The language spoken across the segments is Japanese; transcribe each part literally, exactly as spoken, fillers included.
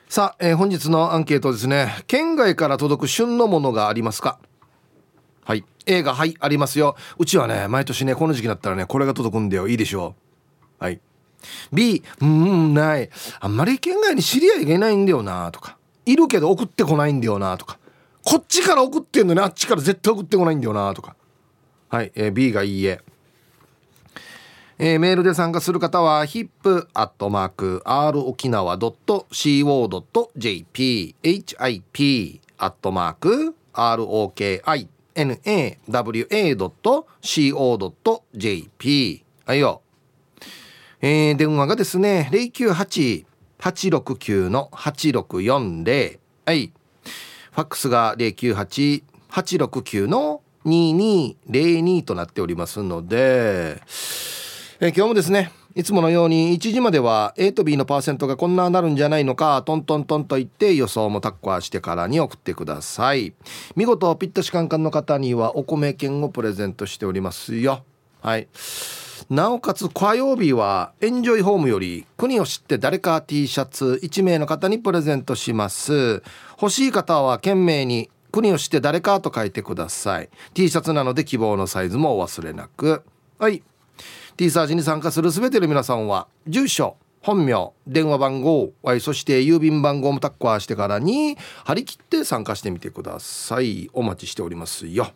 さあ、えー、本日のアンケートですね。県外から届く旬のものがありますか？はい、 A がはいありますよ。うちはね毎年ねこの時期になったらねこれが届くんだよ。いいでしょう。はい。 B、 うーんない、あんまり県外に知り合いがいないんだよなとか、いるけど送ってこないんだよなとか、こっちから送ってんのにあっちから絶対送ってこないんだよなとか。はい、えー、B がいいえ。えー、メールで参加する方は ヒップ アットマーク アール 沖縄 ドット シーオー ドット ジェーピー ヒップ アットマーク アール オーケーアイエヌエーダブリューエー ドット シーオー ドット ジェーピー はいよ。えー、電話がですね ゼロきゅうはち はちろくきゅう はちろくよんゼロ、はい。ファックスが ゼロきゅうはち はちろくきゅう ににゼロにとなっておりますので、えー、今日もですねいつものようにいちじまでは A と B のパーセントがこんななるんじゃないのかトントントンと言って予想もタッカーしてからに送ってください。見事ピッタシカンカンの方にはお米券をプレゼントしておりますよ。はい。なおかつ火曜日はエンジョイホームより国を知って誰か T シャツいち名の方にプレゼントします。欲しい方は懸命に国を知って誰かと書いてください。 T シャツなので希望のサイズもお忘れなく。はい。 T サージに参加するすべての皆さんは住所、本名、電話番号、そして郵便番号もタッカーしてからに張り切って参加してみてください。お待ちしておりますよ。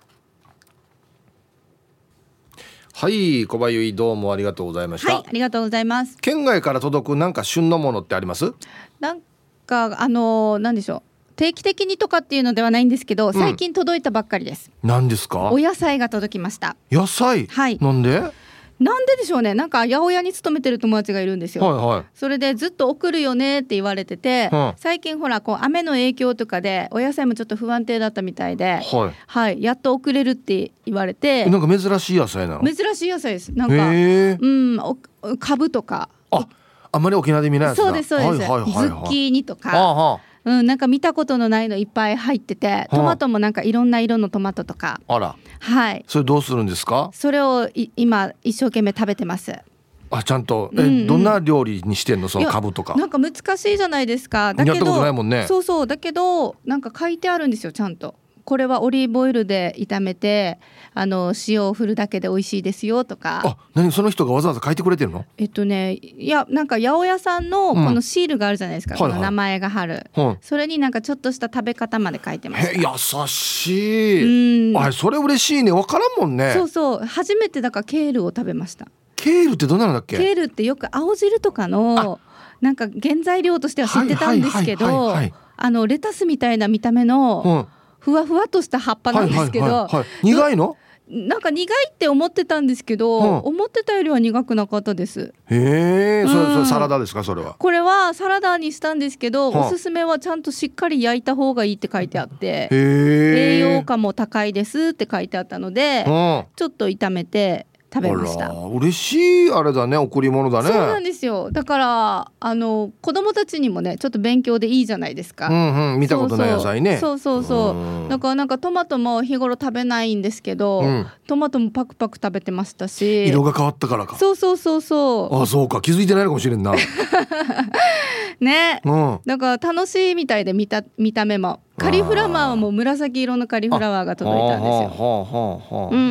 はい、小林どうもありがとうございました。 はい、ありがとうございます。 県外から届くなんか旬のものってあります？ なんかあのなんでしょう、定期的にとかっていうのではないんですけど、最近届いたばっかりです。 何ですか？ お野菜が届きました。 野菜？ はい。 なんで？ なんででしょうね。なんか八百屋に勤めてる友達がいるんですよ。 はいはい。 それでずっと送るよねって言われてて、うん、最近ほらこう雨の影響とかでお野菜もちょっと不安定だったみたいで、はい、はい、やっと送れるって言われて。 なんか珍しい野菜なの？珍しい野菜です。なんか、うん、おカブとか。 あ、あんまり沖縄で見ないやつだ。 そうですそうです。はいはいはいはい、ズッキーニとか。ああ、うん、なんか見たことのないのいっぱい入ってて、トマトもなんかいろんな色のトマトとか。 あら。 はい。 それどうするんですか？それを今一生懸命食べてます。 あ、ちゃんとえ、うんうん、どんな料理にしてんの？そのカブとか。 なんか難しいじゃないですか。だけどやったことないもんね。 そうそう。だけどなんか書いてあるんですよ、ちゃんと。これはオリーブオイルで炒めてあの塩を振るだけで美味しいですよとか。 あ、何その人がわざわざ書いてくれてるの？ えっとね、いやなんか八百屋さんのこのシールがあるじゃないですか、うん、この名前が貼る、はいはい、それになんかちょっとした食べ方まで書いてました。 へ、優しい。うん、あ、それ嬉しいね。わからんもんね。 そうそう、初めてだからケールを食べました。 ケールってどんなのだっけ？ ケールってよく青汁とかのなんか原材料としては知ってたんですけど、あのレタスみたいな見た目の、うんふわふわとした葉っぱなんですけど、はいはいはいはい、 苦いの？ なんか苦いって思ってたんですけど、うん、思ってたよりは苦くなかったです。 へー、うん、それ、それサラダですか？それは。 これはサラダにしたんですけど、おすすめはちゃんとしっかり焼いた方がいいって書いてあって、へー、栄養価も高いですって書いてあったので、うん、ちょっと炒めて食べました。 嬉しいあれだね、贈り物だね。 そうなんですよ。だからあの子供たちにもねちょっと勉強でいいじゃないですか。 うんうん、見たことない野菜ね。 そうそうそうそう。だからなんかトマトも日頃食べないんですけど、うん、トマトもパクパク食べてましたし。 色が変わったからか。 そうそうそうそう。 あ、そうか、気づいてないのかもしれんな。 ね、うん、だから楽しいみたいで見た見た目もカリフラワーも紫色のカリフラワーが届いたんですよ。うん、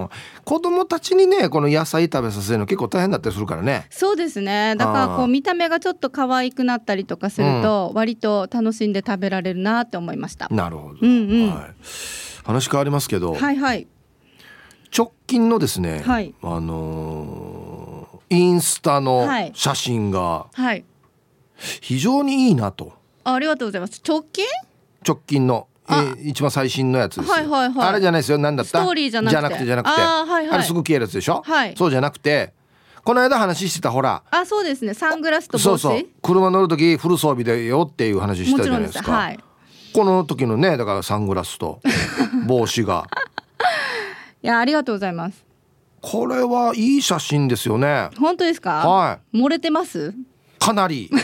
子供たちにねこの野菜食べさせるの結構大変だったりするからね。 そうですね。だからこう見た目がちょっと可愛くなったりとかすると、うん、割と楽しんで食べられるなって思いました。 なるほど、 うんうん、はい、 話変わりますけど、 はいはい、 直近のですね、 はい、 あのー、インスタの写真が非常にいいなと、はい、 あ, ありがとうございます。直近直近の、えー、一番最新のやつですよ、 はいはいはい、 あれじゃないですよ。何だった？ ストーリーじゃなくてじゃなくてじゃなくて、 あ、はいはい、 あれすぐ消えるやつでしょ、 はい、 そうじゃなくてこの間話してたほら、 あ、そうですね、サングラスと帽子、 そうそう、車乗るときフル装備でよっていう話したじゃないですか。 もちろんです、はい、 この時のね、だからサングラスと帽子がいや、ありがとうございます。 これはいい写真ですよね。 本当ですか？ はい、 漏れてます？ かなり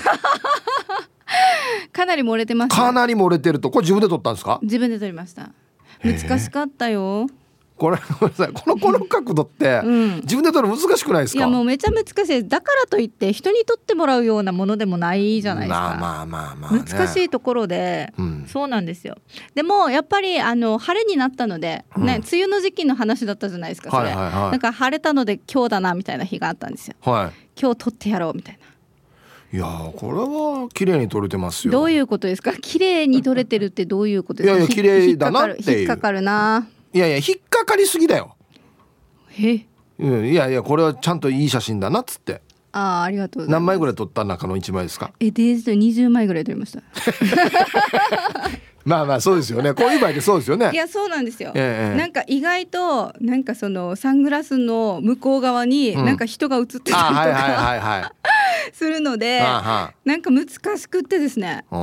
かなり漏れてます。 かなり漏れてると。これ自分で撮ったんですか？ 自分で撮りました。難しかったよ。 これごめんなさい、このこの角度って、うん、自分で撮るの難しくないですか？ いやもうめちゃ難しい。だからといって人に撮ってもらうようなものでもないじゃないですか。 まあまあまあまあ、ね、 難しいところで、うん、そうなんですよ。でもやっぱりあの晴れになったので、うん、ね、梅雨の時期の話だったじゃないですかそれ、はいはいはい、なんか晴れたので今日だなみたいな日があったんですよ、はい、今日撮ってやろうみたいな。 いやこれは綺麗に撮れてますよ。 どういうことですか？綺麗に撮れてるってどういうことですか？ いやいや綺麗だなっていう。 引っかかるな。 いやいや引っかかりすぎだよ。 え、 うん、いやいやこれはちゃんといい写真だなっつって。 ああ、ありがとうございます。 何枚ぐらい撮った中のいちまいですか？ え、デイズでにじゅうまいぐらい撮りましたまあまあそうですよね。こういう場合でそうですよね。 いやそうなんですよ、 ええ、 なんか意外となんかそのサングラスの向こう側になんか人が映ってたりとかするので、なんか難しくってですね。うん、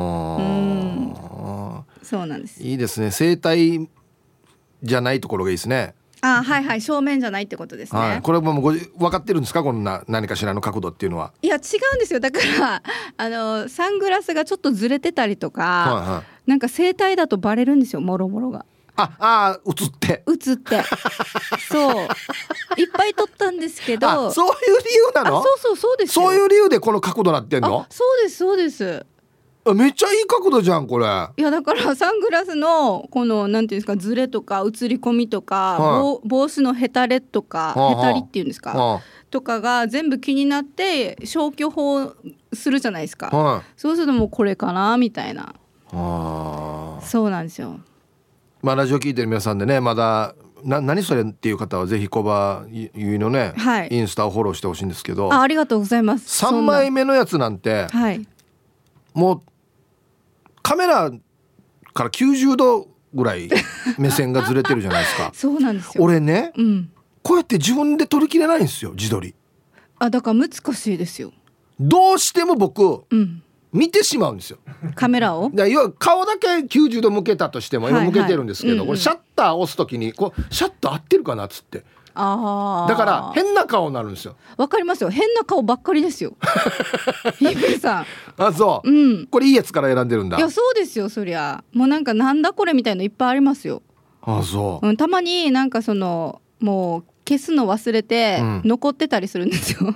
そうなんです。 いいですね。正対じゃないところがいいですね。 あ、はいはい、正面じゃないってことですね、はい、 これもご分かってるんですか？こんな何かしらの角度っていうのは。 いや違うんですよ。だからあのサングラスがちょっとずれてたりとか、はいはい、なんか正対だとバレるんですよ、もろもろが。 ああ、映って映ってそういっぱい撮ったんですけど。 あ、そういう理由なの？ そうそうそうですよ。 そういう理由でこの角度なってんの？ あ、そうですそうです。 めっちゃいい角度じゃんこれ。 いやだからサングラスのこのなんていうんですか、ズレとか映り込みとか、はい、帽子のヘタレとか、はあはあ、ヘタリっていうんですか、はあ、とかが全部気になって消去法するじゃないですか、はあ、そうするともうこれかなみたいな、はあ、そうなんですよ。 まあラジオ聞いてる皆さんでね、まだな何それっていう方はぜひコバゆいのね、はい、インスタをフォローしてほしいんですけど。 あ, ありがとうございます。 さんまいめのやつなんて、はい、もうカメラからきゅうじゅうどぐらい目線がずれてるじゃないですかそうなんですよ。 俺ね、うん、こうやって自分で撮りきれないんですよ、自撮り。 あ、だから難しいですよ。 どうしても僕、うん、見てしまうんですよ、 カメラを。 だ要は顔だけきゅうじゅうど向けたとしても、今向けてるんですけど、はいはい、これシャッター押すときにこうシャッター合ってるかなっつって、あ、だから変な顔になるんですよ。 わかりますよ。変な顔ばっかりですよゆうさん。 あ、そう、うん、これいいやつから選んでるんだ。 いやそうですよ。そりゃもうなんかなんだこれみたいのいっぱいありますよ。 あ、そう、 うん、たまになんかそのもう消すの忘れて残ってたりするんですよ、うん、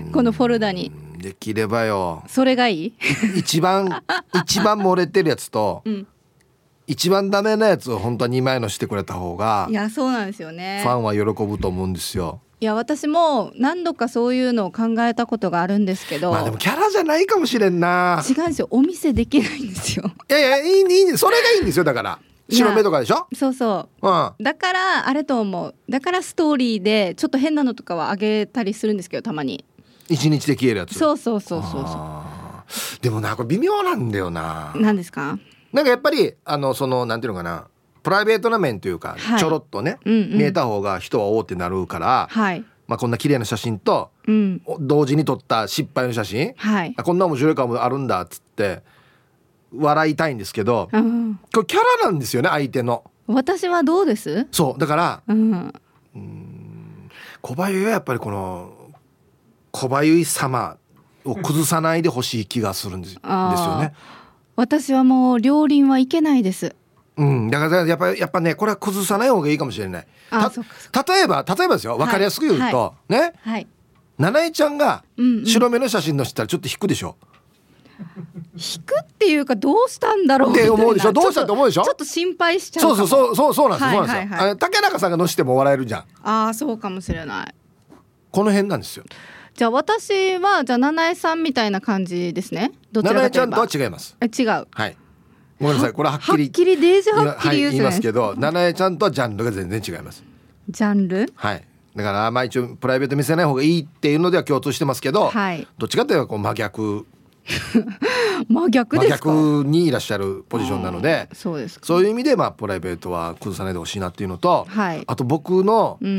このフォルダに。 できればよ、 それがいい一番一番漏れてるやつと、うん、一番ダメなやつを本当はにまいのしてくれた方が、 いやそうなんですよね、 ファンは喜ぶと思うんですよ。 いや私も何度かそういうのを考えたことがあるんですけど、 まあでもキャラじゃないかもしれんな。 違うんですよ、お見せできないんですよ。 いやいや、いいいい、それがいいんですよ。だから白目とかでしょ。 そうそう、うん、だからあれと思う。だからストーリーでちょっと変なのとかは上げたりするんですけど、たまに一日で消えるやつ。 そうそうそうそうそう。 でもな、これ微妙なんだよな。 何ですか？ なんかやっぱりあのそのなんていうのかな、プライベートな面というか、はい、ちょろっとね、うんうん、見えた方が人はおーってなるから、はい、まあ、こんな綺麗な写真と、うん、同時に撮った失敗の写真、はい、こんな面白い顔もあるんだっつって笑いたいんですけど、うん、これキャラなんですよね、相手の。 私はどうです？ そうだから、うん、うーん、小林はやっぱりこの小林様を崩さないでほしい気がするんです、ですよね。 私はもう両輪はいけないです。 うん、だからやっぱやっぱね、これは崩さない方がいいかもしれない。た例えば例えばですよ、分かりやすく言うと、はいはい、ね、はい、七重ちゃんが白目の写真載せたらちょっと引くでしょ。 引くっていうか、どうしたんだろうって思うでしょ。どうしたって思うでしょ。 ちょっと心配しちゃうかも。 そうそうそうそうなんですよ、はいはいはい、あれ竹中さんが載せても笑えるじゃん。 ああ、そうかもしれない。 この辺なんですよ。 じゃあ私はじゃあ七重さんみたいな感じですね。どちらかといえば。 七重ちゃんとは違います。 え、違う。 はい、ごめんなさい、これははっきりはっきりデージはっきり言う、はい、 言いますけど、七重ちゃんとはジャンルが全然違います。 ジャンル、 はい、だからまあ一応プライベート見せない方がいいっていうのでは共通してますけど、はい、どっちかというとこう真逆真逆ですか。 真逆にいらっしゃるポジションなので、 そうですか。 そういう意味でまあプライベートは崩さないでほしいなっていうのと、はい、あと僕の、うん、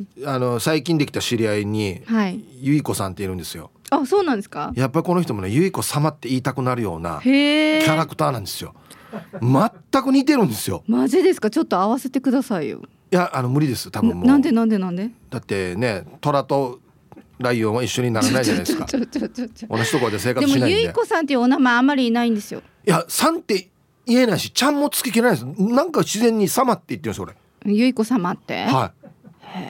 あの最近できた知り合いに、はい、ゆいこさんっているんですよ。 あ、そうなんですか。 やっぱりこの人もね、ゆいこ様って言いたくなるようなキャラクターなんですよ。全く似てるんですよ。 マジですか。ちょっと合わせてくださいよ。 いや、あの無理です、多分もう。 なんでなんでなんで。 だってね、虎とライオンは一緒にならないじゃないですか。同じところで生活しないんで。 でもゆいこさんっていうお名前あんまりいないんですよ。 いや、さんって言えないし、ちゃんもつけきれないです。なんか自然に様って言ってるんですよ俺。 ゆいこ様って。 はい。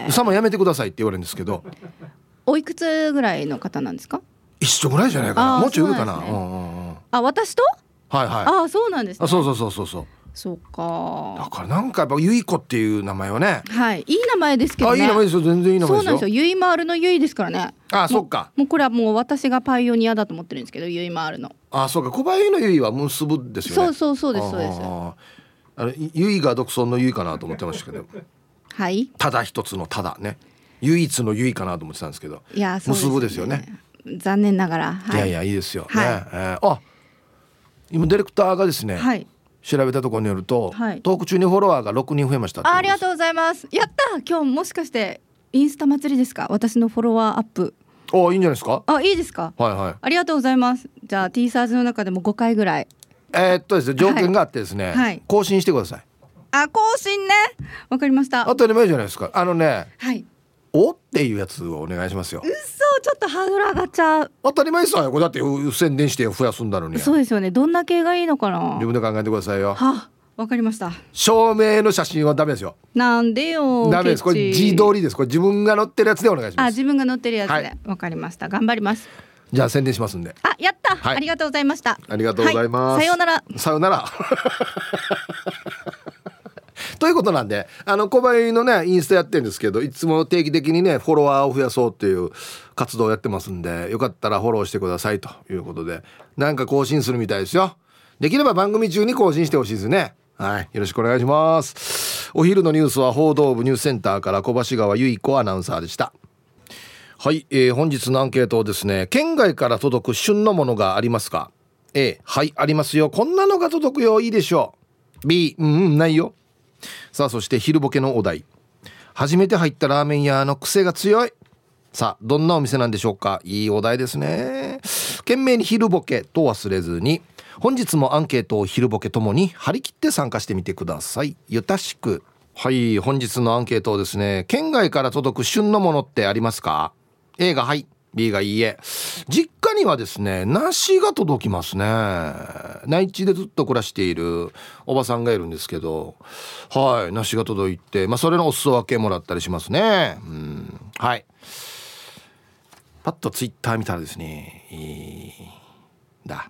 様やめてくださいって言われるんですけど。 おいくつぐらいの方なんですか？ 一緒ぐらいじゃないかな。もうちょい上かな。 そうなんですね。 うんうんうん。 あ、私と？ はいはい。 あ、そうなんですね。 あ、そうそうそうそうそう。 そうか。 だからなんかやっぱゆいこっていう名前はね。 はい、いい名前ですけどね。 あ、いい名前ですよ。全然いい名前ですよ。 そうなんですよ。ゆいまーるのゆいですからね。 あ、そっか。 もうこれはもう私がパイオニアだと思ってるんですけど、ゆいまーるの。 あ、そうか。小林のゆいは結ぶですよね。 そうそうそうですそうです。 ああれゆいが独尊のゆいかなと思ってましたけど。 はい。 ただ一つのただね。唯一のゆいかなと思ってたんですけど。 いや、そうですね。 結ぶですよね。 残念ながら。はい、 いやいやいいですよ。 はい、 ね。えー、あ、今ディレクターがですね。 はい。 調べたところによると、はい、トーク中にフォロワーがろくにん増えましたって。 あ, ありがとうございます。やった。今日もしかしてインスタ祭りですか？私のフォロワーアップ。 お、いいんじゃないですか？ あ、いいですか？ はいはい。 ありがとうございます。じゃあ T サーズの中でもごかいぐらい。 えー、っとですね、条件があってですね、はい、更新してください。 あ、更新ね。わかりました。 当たり前じゃないですか。あのね、 はい、 おっていうやつをお願いしますよ。 うそ、ちょっとハードル上がっちゃう。 当たり前ですよ。これだって宣伝して増やすんだろうに。 そうですよね。どんな系がいいのかな。 自分で考えてくださいよ。 は、わかりました。 照明の写真はダメですよ。 なんでよ。 ダメです。これ自撮りです。これ自分が載ってるやつでお願いします。 あ、自分が載ってるやつで、はい、わかりました。頑張ります。 じゃあ宣伝しますんで。 あ、やった、 はい、 ありがとうございました。 ありがとうございます。 はい、さようなら。 さようなら。ということなんで、あの小林のねインスタやってるんですけど、いつも定期的にねフォロワーを増やそうっていう活動をやってますんで、よかったらフォローしてくださいということで、なんか更新するみたいですよ。できれば番組中に更新してほしいですね。はい、よろしくお願いします。お昼のニュースは報道部ニュースセンターから小橋川由依子アナウンサーでした。はい、えー、本日のアンケートをですね、県外から届く旬のものがありますか？ A、 はい、ありますよ。こんなのが届くよ、いいでしょう。 B、 うん、ないよ。さあ、そして昼ボケのお題、初めて入ったラーメン屋の癖が強い。さあ、どんなお店なんでしょうか？いいお題ですね。懸命に昼ボケと忘れずに、本日もアンケートを昼ボケともに張り切って参加してみてください。ゆたしく。はい、本日のアンケートをですね、県外から届く旬のものってありますか？ A がはい、 B がいいえ。実家にはですね、梨が届きますね。内地でずっと暮らしているおばさんがいるんですけど、はい、梨が届いて、まあそれのお裾分けもらったりしますね。うん、はい。パッとツイッター見たらですね、えー、だ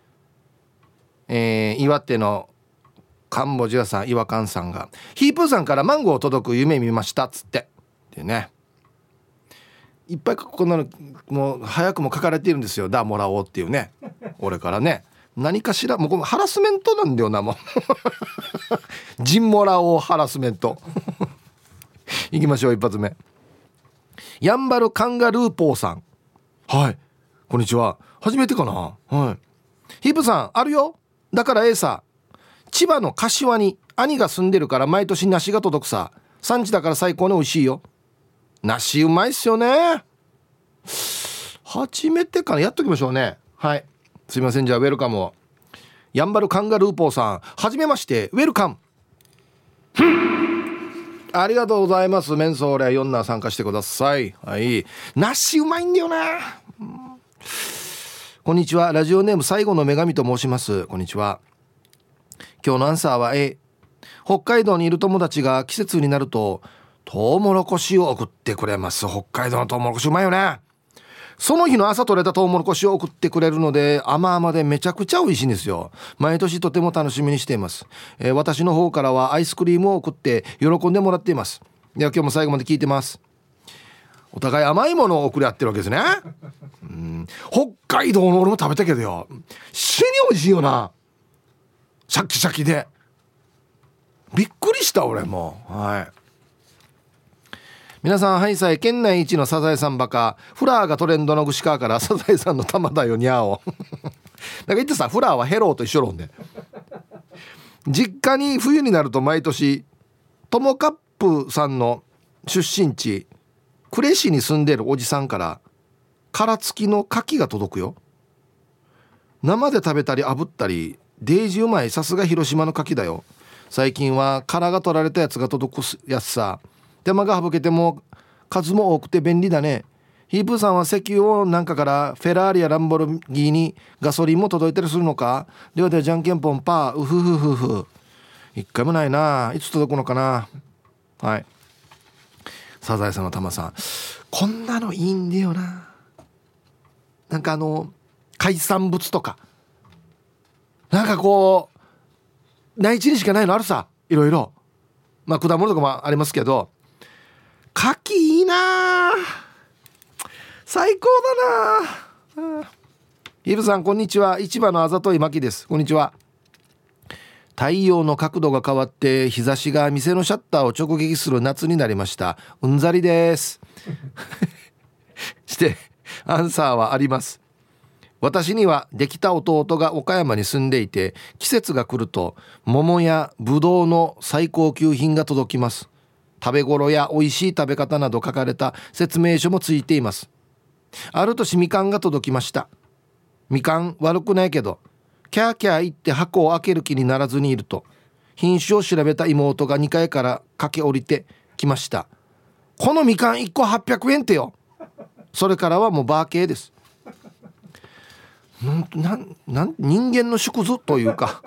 えー、岩手のカンボジアさん、岩カンさんがヒープーさんからマンゴー届く夢見ましたっつってでね、いっぱいこんなのもう早くも書かれているんですよ。だ、もらおうっていうね、俺からね、何かしらもうこのハラスメントなんだよな、もうジンもらおうハラスメントいきましょう。一発目、やんばるカンガルーポーさん。はい、こんにちは。初めてかな。はい、ヒープさんあるよ。だから A さ、千葉の柏に兄が住んでるから毎年梨が届くさ。産地だから最高に美味しいよ。梨うまいっすよね。初めてかな。やっときましょうね。はい、すいません。じゃあウェルカムを。やんばるカンガルーポーさん、はじめまして、ウェルカム。ありがとうございます。メンソーレよんな参加してください。はい、梨うまいんだよな、うん、こんにちは。ラジオネーム最後の女神と申します。こんにちは。今日のアンサーは A。 北海道にいる友達が季節になるとトウモロコシを送ってくれます。北海道のトウモロコシうまいよね。その日の朝採れたトウモロコシを送ってくれるので甘々でめちゃくちゃ美味しいんですよ。毎年とても楽しみにしています。えー、私の方からはアイスクリームを送って喜んでもらっています。では今日も最後まで聞いてます。お互い甘いものを送り合ってるわけですね。うん、北海道の俺も食べたけどよ、死に美味しいよな。シャキシャキでびっくりした俺も。はい、皆さん、はいさい。県内一のサザエさんバカフラーがトレンドの串川からサザエさんの玉だよにゃおなんか言ってさ、フラーはヘローと一緒論で実家に冬になると毎年トモカップさんの出身地呉市に住んでるおじさんから殻付きの牡蠣が届くよ。生で食べたり炙ったりデージうまい。さすが広島の牡蠣だよ。最近は殻が取られたやつが届くやつさ。手間が省けても数も多くて便利だね。 ヒープーさんは石油をなんかからフェラーリやランボルギーニガソリンも届いたりするのか。ではではじゃんけんぽんパー。うふふふふ。一回もないな。いつ届くのかな。はい。サザエさんのタマさん、こんなのいいんだよな。なんかあの海産物とかなんかこう内地にしかないのあるさ。いろいろまあ果物とかもありますけど、牡蠣いいな。最高だな。ヒブさんこんにちは。市場のあざといまきです。こんにちは。太陽の角度が変わって日差しが店のシャッターを直撃する夏になりました。うんざりですしてアンサーはあります。私にはできた弟が岡山に住んでいて、季節が来ると桃やぶどうの最高級品が届きます。食べ頃や美味しい食べ方など書かれた説明書もついています。ある年みかんが届きました。みかん悪くないけどキャーキャー言って箱を開ける気にならずにいると、品種を調べた妹がにかいから駆け下りてきました。このみかんいっこはっぴゃくえんってよ。それからはもうバー系です。なんなんなん人間の縮図というか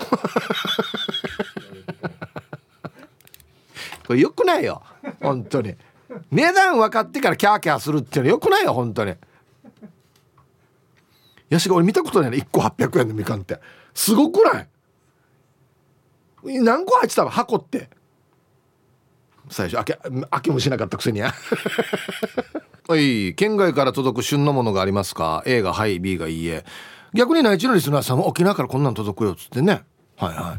これよくないよ本当に。値段分かってからキャーキャーするっていうのよくないよ本当に。やしが俺見たことないね。いっこはっぴゃくえんのみかんってすごくない？何個入ってたの箱って。最初開け開けもしなかったくせにやはい。県外から届く旬のものがありますか？ A がはい、 B がいいえ。逆に内地のリスナーさんも沖縄からこんなん届くよっつってね。はいはい。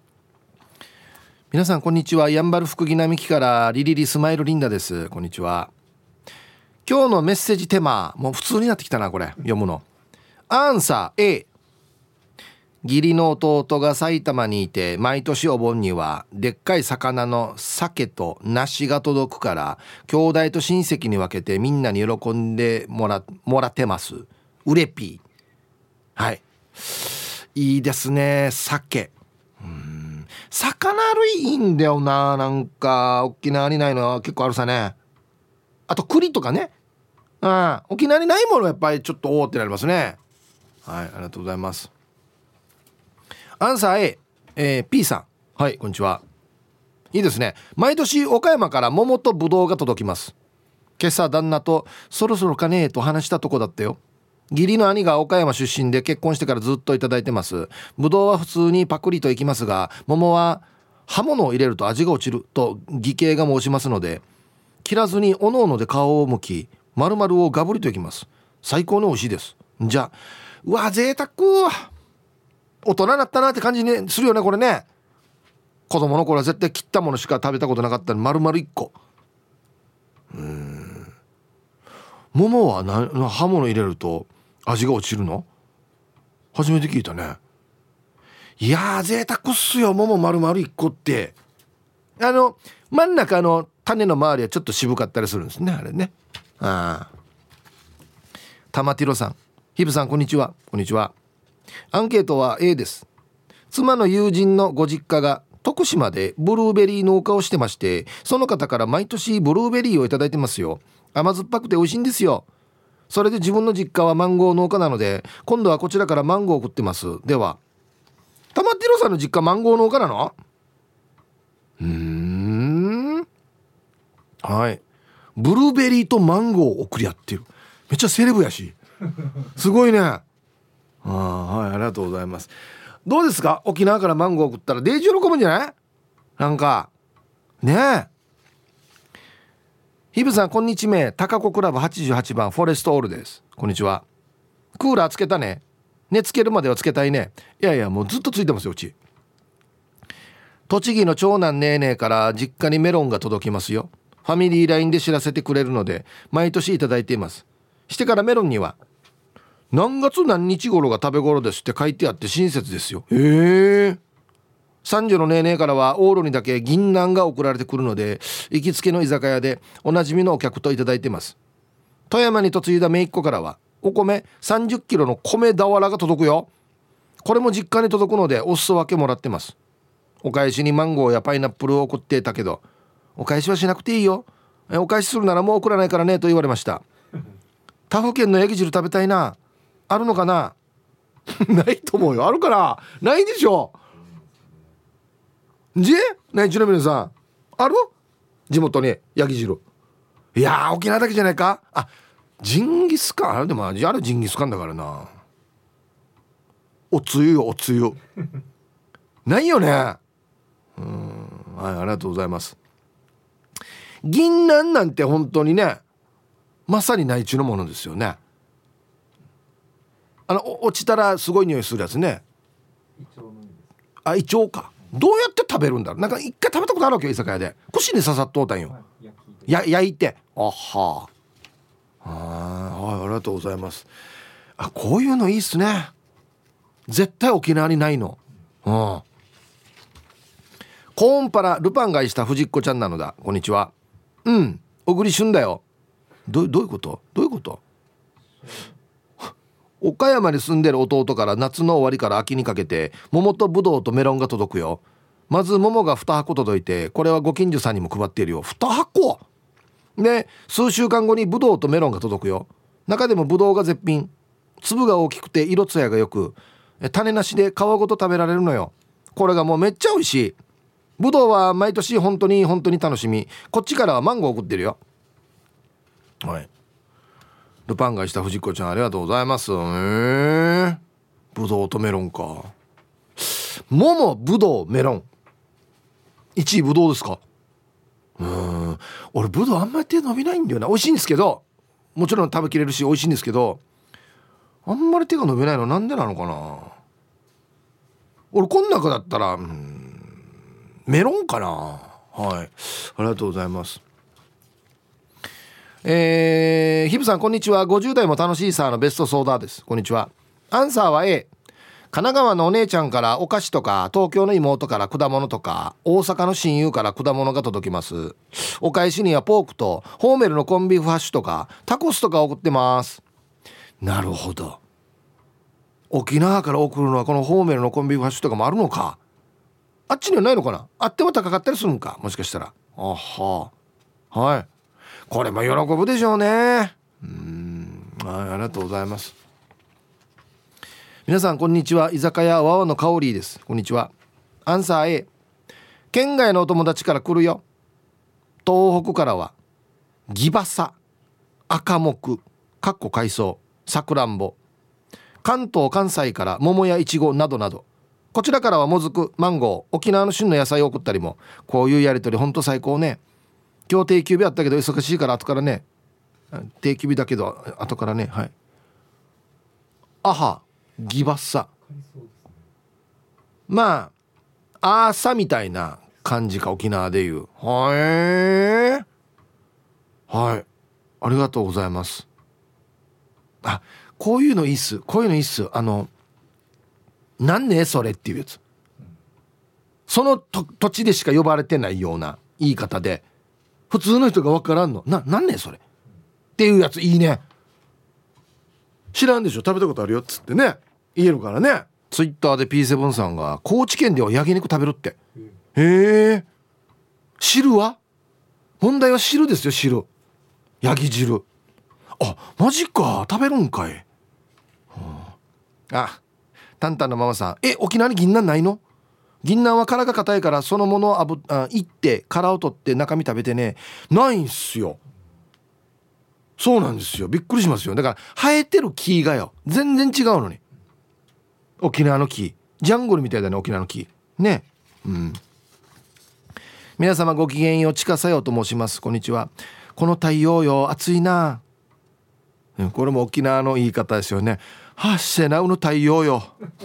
皆さんこんにちは。やんばる福木並木からリリリスマイルリンダです。こんにちは。今日のメッセージテーマもう普通になってきたなこれ読むの。アンサー A。 義理の弟が埼玉にいて、毎年お盆にはでっかい魚の鮭と梨が届くから兄弟と親戚に分けてみんなに喜んでもらもらってます。うれぴー。はい、いいですね。鮭、うーん、魚類いいんだよな。なんか沖縄にないのは結構あるさね。あと栗とかね。うん、沖縄にないものはやっぱりちょっとおーってなりますね。はい、ありがとうございます。アンサー A、えー、P さん、はい、こんにちは。いいですね。毎年岡山から桃とぶどうが届きます。今朝旦那とそろそろかねと話したとこだったよ。義理の兄が岡山出身で結婚してからずっといただいてます。ぶどうは普通にパクリといきますが、桃は刃物を入れると味が落ちると義兄が申しますので、切らずにおのおので顔を向き丸々をガブリといきます。最高の美味しいです。じゃあ、うわ贅沢、大人になったなって感じにするよねこれね。子供の頃は絶対切ったものしか食べたことなかったのに丸々いっこ。うーん、桃はな刃物入れると味が落ちるの初めて聞いたね。いやー贅沢っすよ。桃丸々いっこって、あの真ん中の種の周りはちょっと渋かったりするんですねあれね。ああ、玉ティロさん、ヒブさんこんにちは。こんにちは。アンケートは A です。妻の友人のご実家が徳島でブルーベリー農家をしてまして、その方から毎年ブルーベリーをいただいてますよ。甘酸っぱくて美味しいんですよ。それで自分の実家はマンゴー農家なので、今度はこちらからマンゴーを送ってます。では、玉ティロさんの実家マンゴー農家なの？うーん、はい。ブルーベリーとマンゴーを送り合ってる。めっちゃセレブやしすごいね。あ、はい、ありがとうございます。どうですか、沖縄からマンゴー送ったらデイジ喜ぶんじゃない？なんかねえ。ヒブさんこんにちは。タカコクラブはちじゅうはちばんフォレストオールです。こんにちは。クーラーつけたね。寝つけるまではつけたいね。いやいやもうずっとついてますようち。栃木の長男ねーねーから実家にメロンが届きますよ。ファミリーラインで知らせてくれるので毎年いただいています。してからメロンには何月何日頃が食べ頃ですって書いてあって親切ですよ。へえ。三女のねーねーからは往路にだけ銀杏が送られてくるので、行きつけの居酒屋でおなじみのお客といただいてます。富山に嫁いだ姪っ子からはお米さんじゅっキロの米俵が届くよ。これも実家に届くのでお裾分けもらってます。お返しにマンゴーやパイナップルを送ってたけど、お返しはしなくていいよ、お返しするならもう送らないからねと言われました。 他府県のヤギ汁食べたいな。あるのかなないと思うよ。あるかな。ないでしょ。じね、ちなみにさんある地元にヤギ汁。いやー沖縄だけじゃないか。あ、ジンギスカン。あれでもあれジンギスカンだからな。おつゆよおつゆないよね。うん、はい、ありがとうございます。銀杏なんて本当にねまさに内地のものですよね。あの落ちたらすごい匂いするやつね。あ、イチョウか。どうやって食べるんだろう。なんか一回食べたことあるわけよ、居酒屋で。串に刺さっとうたんよ。や焼いて、あはあ、はい、ありがとうございます。あ、こういうのいいっすね。絶対沖縄にないの。うん。コーンパラルパン買いした藤子ちゃんなのだ。こんにちは。うん、小栗旬だよ。ど, どういうことどういうこと岡山に住んでる弟から夏の終わりから秋にかけて桃とブドウとメロンが届くよ。まず桃がに箱届いて、これはご近所さんにも配っているよ。に箱で、数週間後にブドウとメロンが届くよ。中でもブドウが絶品。粒が大きくて色艶がよく、種なしで皮ごと食べられるのよ。これがもうめっちゃ美味しい。ブドウは毎年本当に本当に楽しみ。こっちからはマンゴー送ってるよ。はい、ルパンがした藤子ちゃんありがとうございます。えー、ブドウとメロンか。桃、ブドウ、メロン、いちいブドウですか。うーん、俺ブドウあんまり手伸びないんだよな。美味しいんですけど、もちろん食べきれるし美味しいんですけど、あんまり手が伸びないのなんでなのかな。俺この中だったら、うん、メロンかな。はい、ありがとうございます。えー、ヒブさんこんにちは。ごじゅう代も楽しいさのベストソーダです。こんにちは。アンサーは A。 神奈川のお姉ちゃんからお菓子とか、東京の妹から果物とか、大阪の親友から果物が届きます。お返しにはポークとホーメルのコンビーフハッシュとかタコスとか送ってます。なるほど、沖縄から送るのはこのホーメルのコンビーフハッシュとかもあるのか。あっちにはないのかな。あっても高かったりするんか、もしかしたら。あは、はい、これも喜ぶでしょうね。うーん、はい、ありがとうございます。皆さんこんにちは。居酒屋ワオのカオリーです。こんにちは。アンサー A。 県外のお友達から来るよ。東北からはギバサ、赤木、かっこ海藻、さくらんぼ。関東関西から桃やいちごなどなど。こちらからはもずく、マンゴー、沖縄の旬の野菜を送ったりも。こういうやりとりほんと最高ね。今日定休日あったけど忙しいから後からね。定休日だけど後からね。はい。あはギバッサ、まあ朝みたいな感じか、沖縄でいう。はいはい、ありがとうございます。あ、こういうのいいっす。こういうのいいっす。あのなんねそれっていうやつ。そのと土地でしか呼ばれてないような言い方で普通の人が分からんの。な、なんねそれっていうやついいね。知らんでしょ、食べたことあるよっつってね言えるからね。ツイッターで ピーセブン さんが高知県では焼肉食べるって。へえ、汁は問題は汁ですよ、汁、焼き汁。あ、マジか、食べるんかい、はあ、あ、タンタンのママさん、え、沖縄に銀杏ないの。銀杏は殻が硬いからそのものをあぶあいって殻を取って中身食べてね。ないんすよ。そうなんですよ、びっくりしますよ。だから生えてる木がよ全然違うのに。沖縄の木ジャングルみたいだね、沖縄の木ね。うん。皆様ごきげんよう、ちかさよと申します。こんにちは。この太陽よ暑いな。これも沖縄の言い方ですよね。はっせなうの太陽よ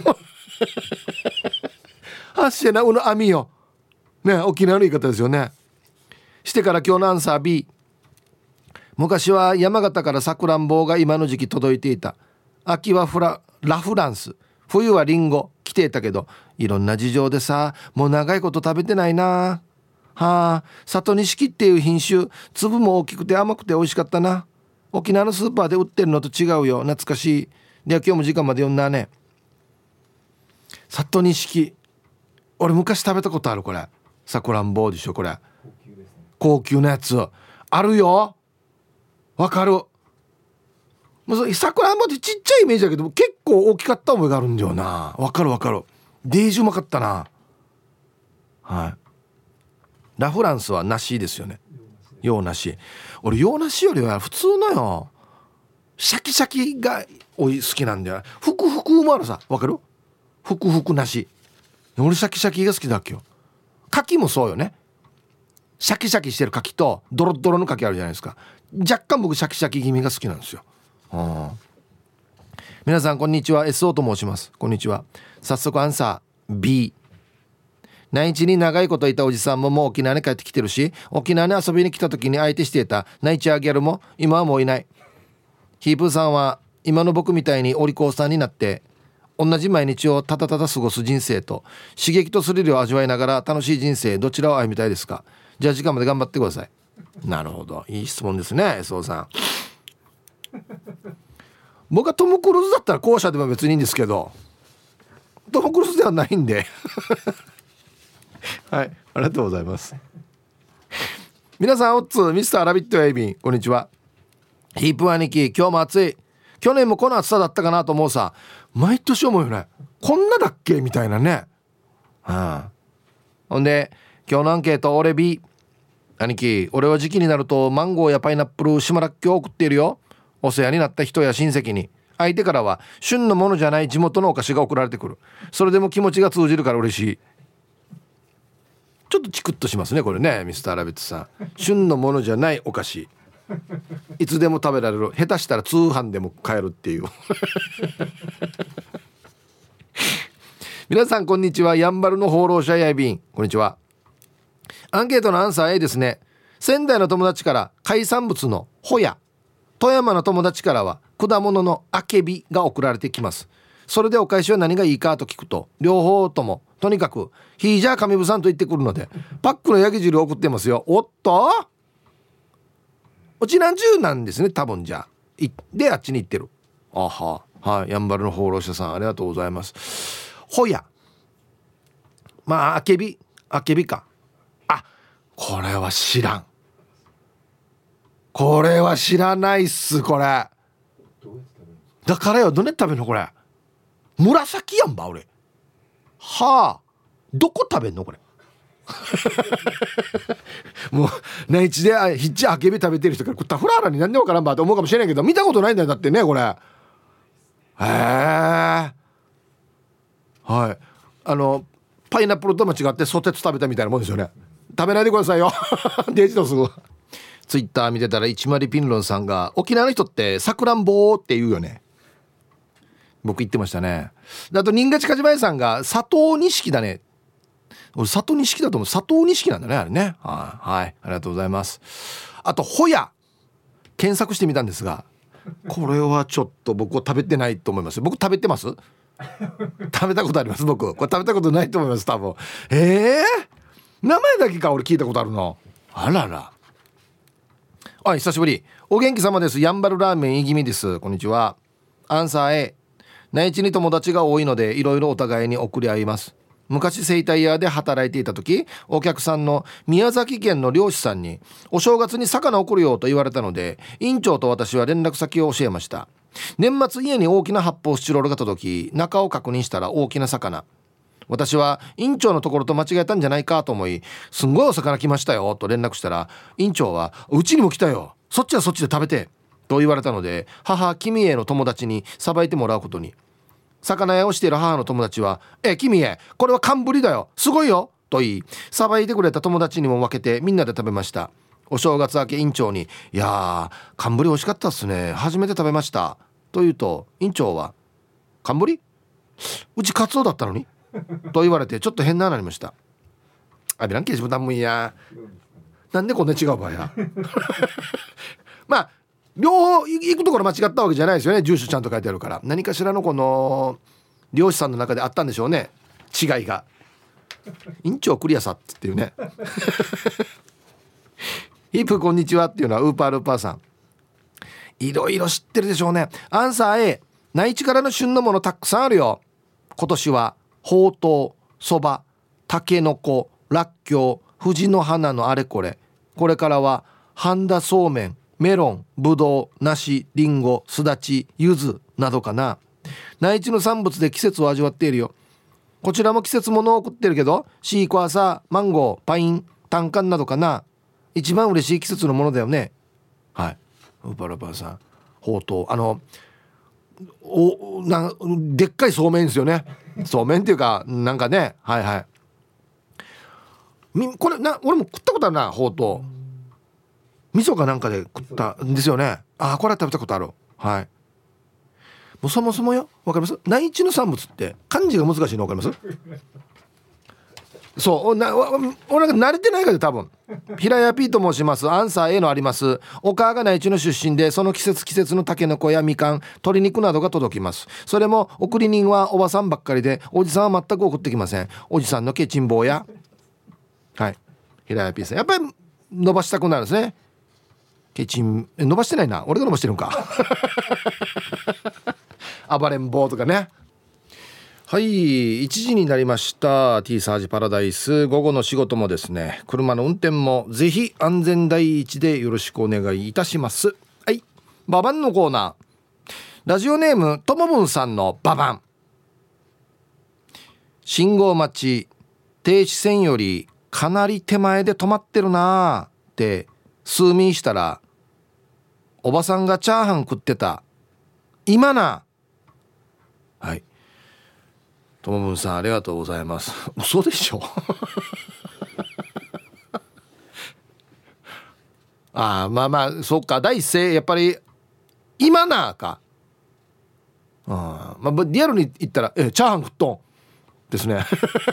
はっせなうの網よね、沖縄の言い方ですよね。してから今日のアンサー B。 昔は山形からさくらんぼが今の時期届いていた。秋はフララフランス、冬はリンゴ来ていたけど、いろんな事情でさもう長いこと食べてないな。はあ、里錦っていう品種、粒も大きくて甘くて美味しかったな。沖縄のスーパーで売ってるのと違うよ、懐かしい。では今日も時間まで読んだね。里錦、俺昔食べたことある。これさくらんぼでしょ、これ高級ですね。高級なやつあるよ、わかる。 もうさくらんぼってちっちゃいイメージだけど結構大きかった覚えがあるんだよな。わかるわかる。デージうまかったな。はい。ラフランスは梨ですよね。洋梨。俺洋梨よりは普通のよシャキシャキがおい好きなんだよ。ふくふくもあるさ。わかる？ふくふく梨。俺シャキシャキが好きだっけよ。柿もそうよね。シャキシャキしてる柿とドロドロの柿あるじゃないですか。若干僕シャキシャキ気味が好きなんですよ。あ、皆さんこんにちは。 エスオー と申します。こんにちは。早速アンサー B。 内地に長いこといたおじさんももう沖縄に帰ってきてるし、沖縄に遊びに来た時に相手していたナイチャーギャルも今はもういない。ヒープーさんは今の僕みたいにお利口さんになって同じ毎日をただただ過ごす人生と刺激とスリルを味わいながら楽しい人生、どちらを歩みたいですか？じゃあ時間まで頑張ってください。なるほど、いい質問ですね、エスオーさん。僕はトム・クルーズだったら後者でも別にいいんですけど、トム・クルーズではないんではい、ありがとうございます。皆さん、オッツーミスターラビットエイビン、こんにちは。ヒープ兄貴、今日も暑い。去年もこの暑さだったかなと思うさ。毎年思うよね、こんなだっけみたいなね。はあ、ほんで今日のアンケート、俺 B。 兄貴、俺は時期になるとマンゴーやパイナップル、島らっきょうを送っているよ。お世話になった人や親戚に。相手からは旬のものじゃない地元のお菓子が送られてくる。それでも気持ちが通じるから嬉しい。ちょっとチクッとしますねこれね、ミスターラビットさん。旬のものじゃないお菓子、いつでも食べられる、下手したら通販でも買えるっていう皆さんこんにちは。やんばるの放浪者やいびん、こんにちは。アンケートのアンサー A ですね。仙台の友達から海産物のホヤ、富山の友達からは果物のアケビが送られてきます。それでお返しは何がいいかと聞くと、両方ともとにかくヒージャー神父さんと言ってくるのでパックのヤギ汁を送ってますよ。おっと、うちなんじゅうなんですね多分。じゃあであっちに行ってる。あは、はい、やんばるの放浪者さんありがとうございます。ホヤ、まあアケビ、アケビか。あ、これは知らん。これは知らないっす。これだからよ、どうやって食べるのこれ。紫やんば俺。はあ、どこ食べんのこれもう内地でヒッチアケビ食べてる人から食ったフラーラになんでわからんばって思うかもしれないけど、見たことないんだよだってねこれ。へえ、はい、あのパイナップルと間違ってソテツ食べたみたいなもんですよね。食べないでくださいよデージのすぐツイッター見てたら一丸ピンロンさんが沖縄の人ってさくらんぼって言うよね。僕言ってましたね。あと新勝かじまえさんが佐藤錦だね。俺佐藤錦だと思う。佐藤錦なんだねあれね。はい、はい、ありがとうございます。あとホヤ検索してみたんですが、これはちょっと僕は食べてないと思います。僕食べてます食べたことあります僕。これ食べたことないと思います多分。えー、名前だけか俺聞いたことあるの。あらら。あ、久しぶり。お元気様です。やんばるラーメンいぎみです。こんにちは。アンサー A。 内地に友達が多いのでいろいろお互いに送り合います。昔整体屋で働いていた時、お客さんの宮崎県の漁師さんにお正月に魚送るよと言われたので、院長と私は連絡先を教えました。年末家に大きな発泡スチロールが届き、中を確認したら大きな魚。私は院長のところと間違えたんじゃないかと思い、すんごいお魚来ましたよと連絡したら、院長はうちにも来たよ、そっちはそっちで食べてと言われたので、母君への友達にさばいてもらうことに。魚屋をしている母の友達は、え君へこれは寒ぶりだよ、すごいよと言い、さばいてくれた友達にも分けてみんなで食べました。お正月明け院長に、いやー寒ぶり美味しかったっすね、初めて食べましたと言うと、院長は寒ぶり、うちカツオだったのにと言われてちょっと変ななりました。あびらんけじぶたんもいや、なんでこんな違う場合やまあ両方行くところ間違ったわけじゃないですよね。住所ちゃんと書いてあるから、何かしらのこの漁師さんの中であったんでしょうね、違いが。院長クリアさっていうねヒープこんにちはっていうのはウーパールーパーさん、いろいろ知ってるでしょうね。アンサー A。 内地からの旬のものたくさんあるよ。今年はほうとう、そば、たけのこ、らっきょう、藤の花のあれこれ、これからは半田そうめん、 メロン、ブドウ、梨、リンゴ、すだち、柚子などかな。内地の産物で季節を味わっているよ。こちらも季節ものを送ってるけど、シークワーサー、マンゴー、パイン、タンカンなどかな。一番嬉しい季節のものだよね。はい。ウパラパーさん、ほうとう、あのおなでっかいそうめんですよね。そうめんっていうかなんかね、はいはい。みこれな、俺も食ったことあるな、ほうとう。味噌かなんかで食ったんですよね。あ、これは食べたことある。はい。もうそもそもよ、わかります？内地の産物って漢字が難しいのわかります？そうな、俺が慣れてないから多分。平屋 P と申します。アンサー A のあります。お母が内地の出身で、その季節季節のタケノコやみかん、鶏肉などが届きます。それも送り人はおばさんばっかりで、おじさんは全く送ってきません。おじさんのケチン坊や、はい、平屋 P さん、やっぱり伸ばしたくなるんですね。ケチン伸ばしてないな、俺が伸ばしてるんか。暴れん坊とかね。はい、いちじになりました。 T サージパラダイス、午後の仕事もですね、車の運転もぜひ安全第一でよろしくお願いいたします。はい、ババンのコーナー。ラジオネームともぶんさんのババン。信号待ち、停止線よりかなり手前で止まってるなーって数ミしたら、おばさんがチャーハン食ってた今な。はい、ともぶんさんありがとうございます。嘘でしょ。ああ、まあまあそうか、第一声やっぱり今なか。あ、まあ、リアルに言ったらえチャーハン食っとんですね。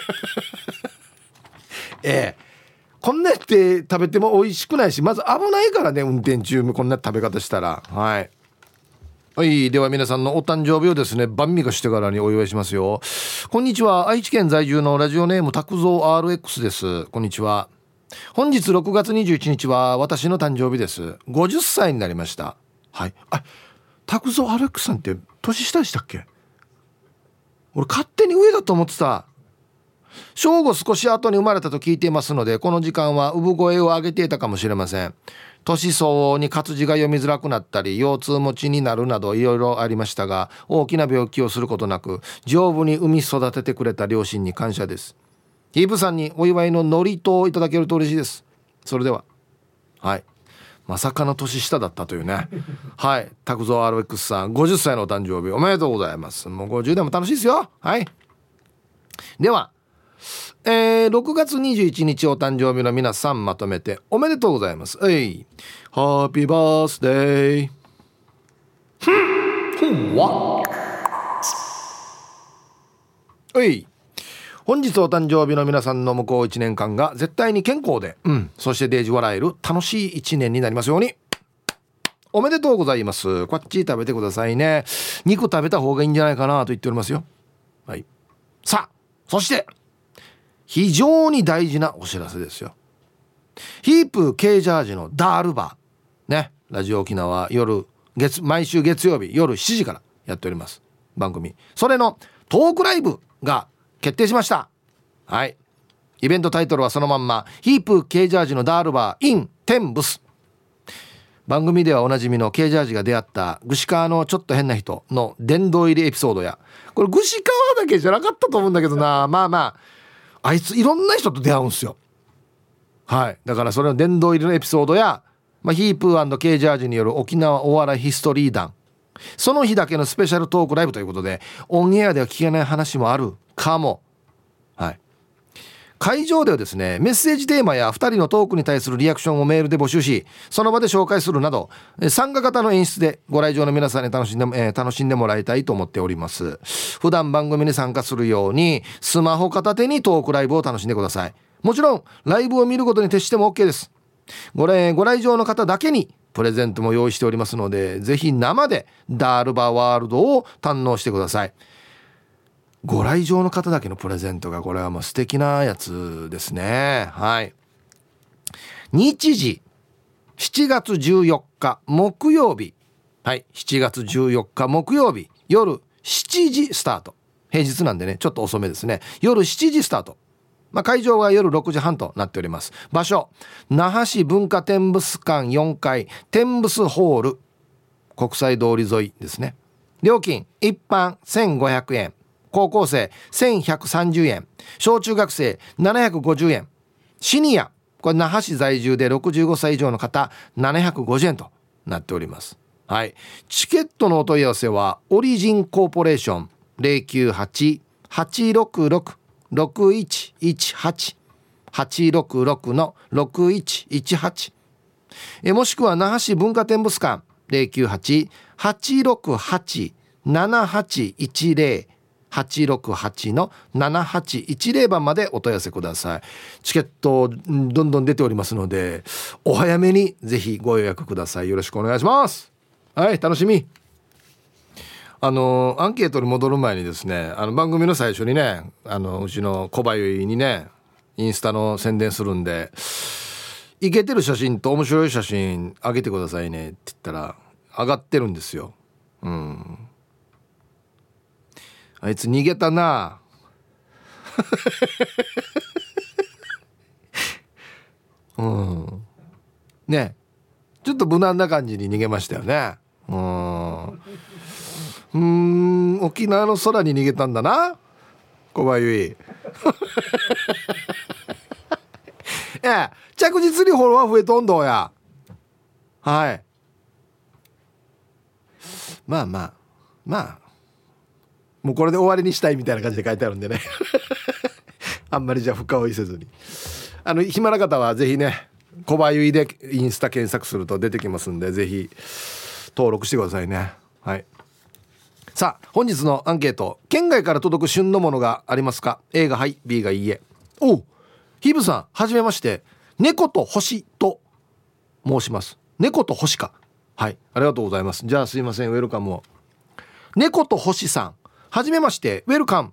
ええ、こんなやって食べても美味しくないし、まず危ないからね、運転中こんな食べ方したら。はい、はい、では皆さんのお誕生日をですね、晩味化してからにお祝いしますよ。こんにちは、愛知県在住のラジオネーム拓蔵 アールエックス です。こんにちは。本日ろくがつにじゅういちにちは私の誕生日です。ごじゅっさいになりました。はい。あ、拓蔵 アールエックス さんって年下でしたっけ？俺勝手に上だと思ってた。正午少し後に生まれたと聞いていますので、この時間は産声を上げていたかもしれません。年相応に活字が読みづらくなったり、腰痛持ちになるなどいろいろありましたが、大きな病気をすることなく丈夫に産み育ててくれた両親に感謝です。ヒープさんにお祝いの祝詞をいただけると嬉しいです。それでは。はい、まさかの年下だったというね。はい、拓蔵 アールエックス さんごじゅっさいのお誕生日おめでとうございます。もうごじゅう代も楽しいですよ。はい、ではえー、ろくがつにじゅういちにちお誕生日の皆さん、まとめておめでとうございます。えい、ハッピーバースデー。ふんふんわえい、本日お誕生日の皆さんの向こういちねんかんが絶対に健康で、うん、そしてデージ笑える楽しいいちねんになりますように。おめでとうございます。こっち食べてくださいね。肉食べた方がいいんじゃないかなと言っておりますよ。はい、さあ、そして非常に大事なお知らせですよ。ヒープ K ジャージのダールバーね、ラジオ沖縄夜月毎週月曜日夜しちじからやっております番組。それのトークライブが決定しました。はい、イベントタイトルはそのまんま、ヒープ K ジャージのダールバー in テンブス。番組ではおなじみの K ジャージが出会った串川のちょっと変な人の殿堂入りエピソードや、これ串川だけじゃなかったと思うんだけどな、まあまああいついろんな人と出会うんですよ。はい、だからそれの殿堂入りのエピソードや、まあ、ヒープー &K ジャージによる沖縄お笑いヒストリー団、その日だけのスペシャルトークライブということで、オンエアでは聞けない話もあるかも。はい、会場ではですね、メッセージテーマやふたりのトークに対するリアクションをメールで募集し、その場で紹介するなど参加型の演出でご来場の皆さんに楽しんで、えー、楽しんでもらいたいと思っております。普段番組に参加するようにスマホ片手にトークライブを楽しんでください。もちろんライブを見ることに徹しても OK です。ご来、ご来場の方だけにプレゼントも用意しておりますので、ぜひ生でダールバーワールドを堪能してください。ご来場の方だけのプレゼントが、これはもう素敵なやつですね。はい、日時しちがつじゅうよっか木曜日、はい、しちがつじゅうよっか木曜日夜しちじスタート。平日なんでねちょっと遅めですね。夜しちじスタートまあ、会場は夜ろくじはんとなっております。場所那覇市文化展物館よんかい展物ホール、国際通り沿いですね。料金一般せんごひゃくえん、高校生せんひゃくさんじゅうえん、小中学生ななひゃくごじゅうえん、シニアこれ那覇市在住でろくじゅうごさい以上の方ななひゃくごじゅうえんとなっております。はい、チケットのお問い合わせはオリジンコーポレーション ゼロきゅうはち はちろくろく ろくいちいちはち はちろくろく のろくいちいちはち、えもしくは那覇市文化展物館 ゼロきゅうはち はちろくはち ななはちいちゼロ はちろくはち のななはちいちゼロ番までお問い合わせください。チケットどんどん出ておりますのでお早めにぜひご予約ください。よろしくお願いします。はい、楽しみ。あのアンケートに戻る前にですね、あの番組の最初にね、あのうちの小林にねインスタの宣伝するんで、イケてる写真と面白い写真上げてくださいねって言ったら上がってるんですよ。うん、あいつ逃げたなうんね、ちょっと無難な感じに逃げましたよね。うんうーん、沖縄の空に逃げたんだな小林いや着実にフォロワー増えとんどうや。はい、まあまあまあもうこれで終わりにしたいみたいな感じで書いてあるんでねあんまりじゃあ深追いせずに、あの暇な方はぜひね小林でインスタ検索すると出てきますんでぜひ登録してくださいね。はい、さあ本日のアンケート、県外から届く旬のものがありますか？ A がはい、 B がいいえ。おう、ヒブさんはじめまして、猫と星と申します。猫と星か、はい、ありがとうございます。じゃあすいません、ウェルカムを。猫と星さんはじめまして、ウェルカム。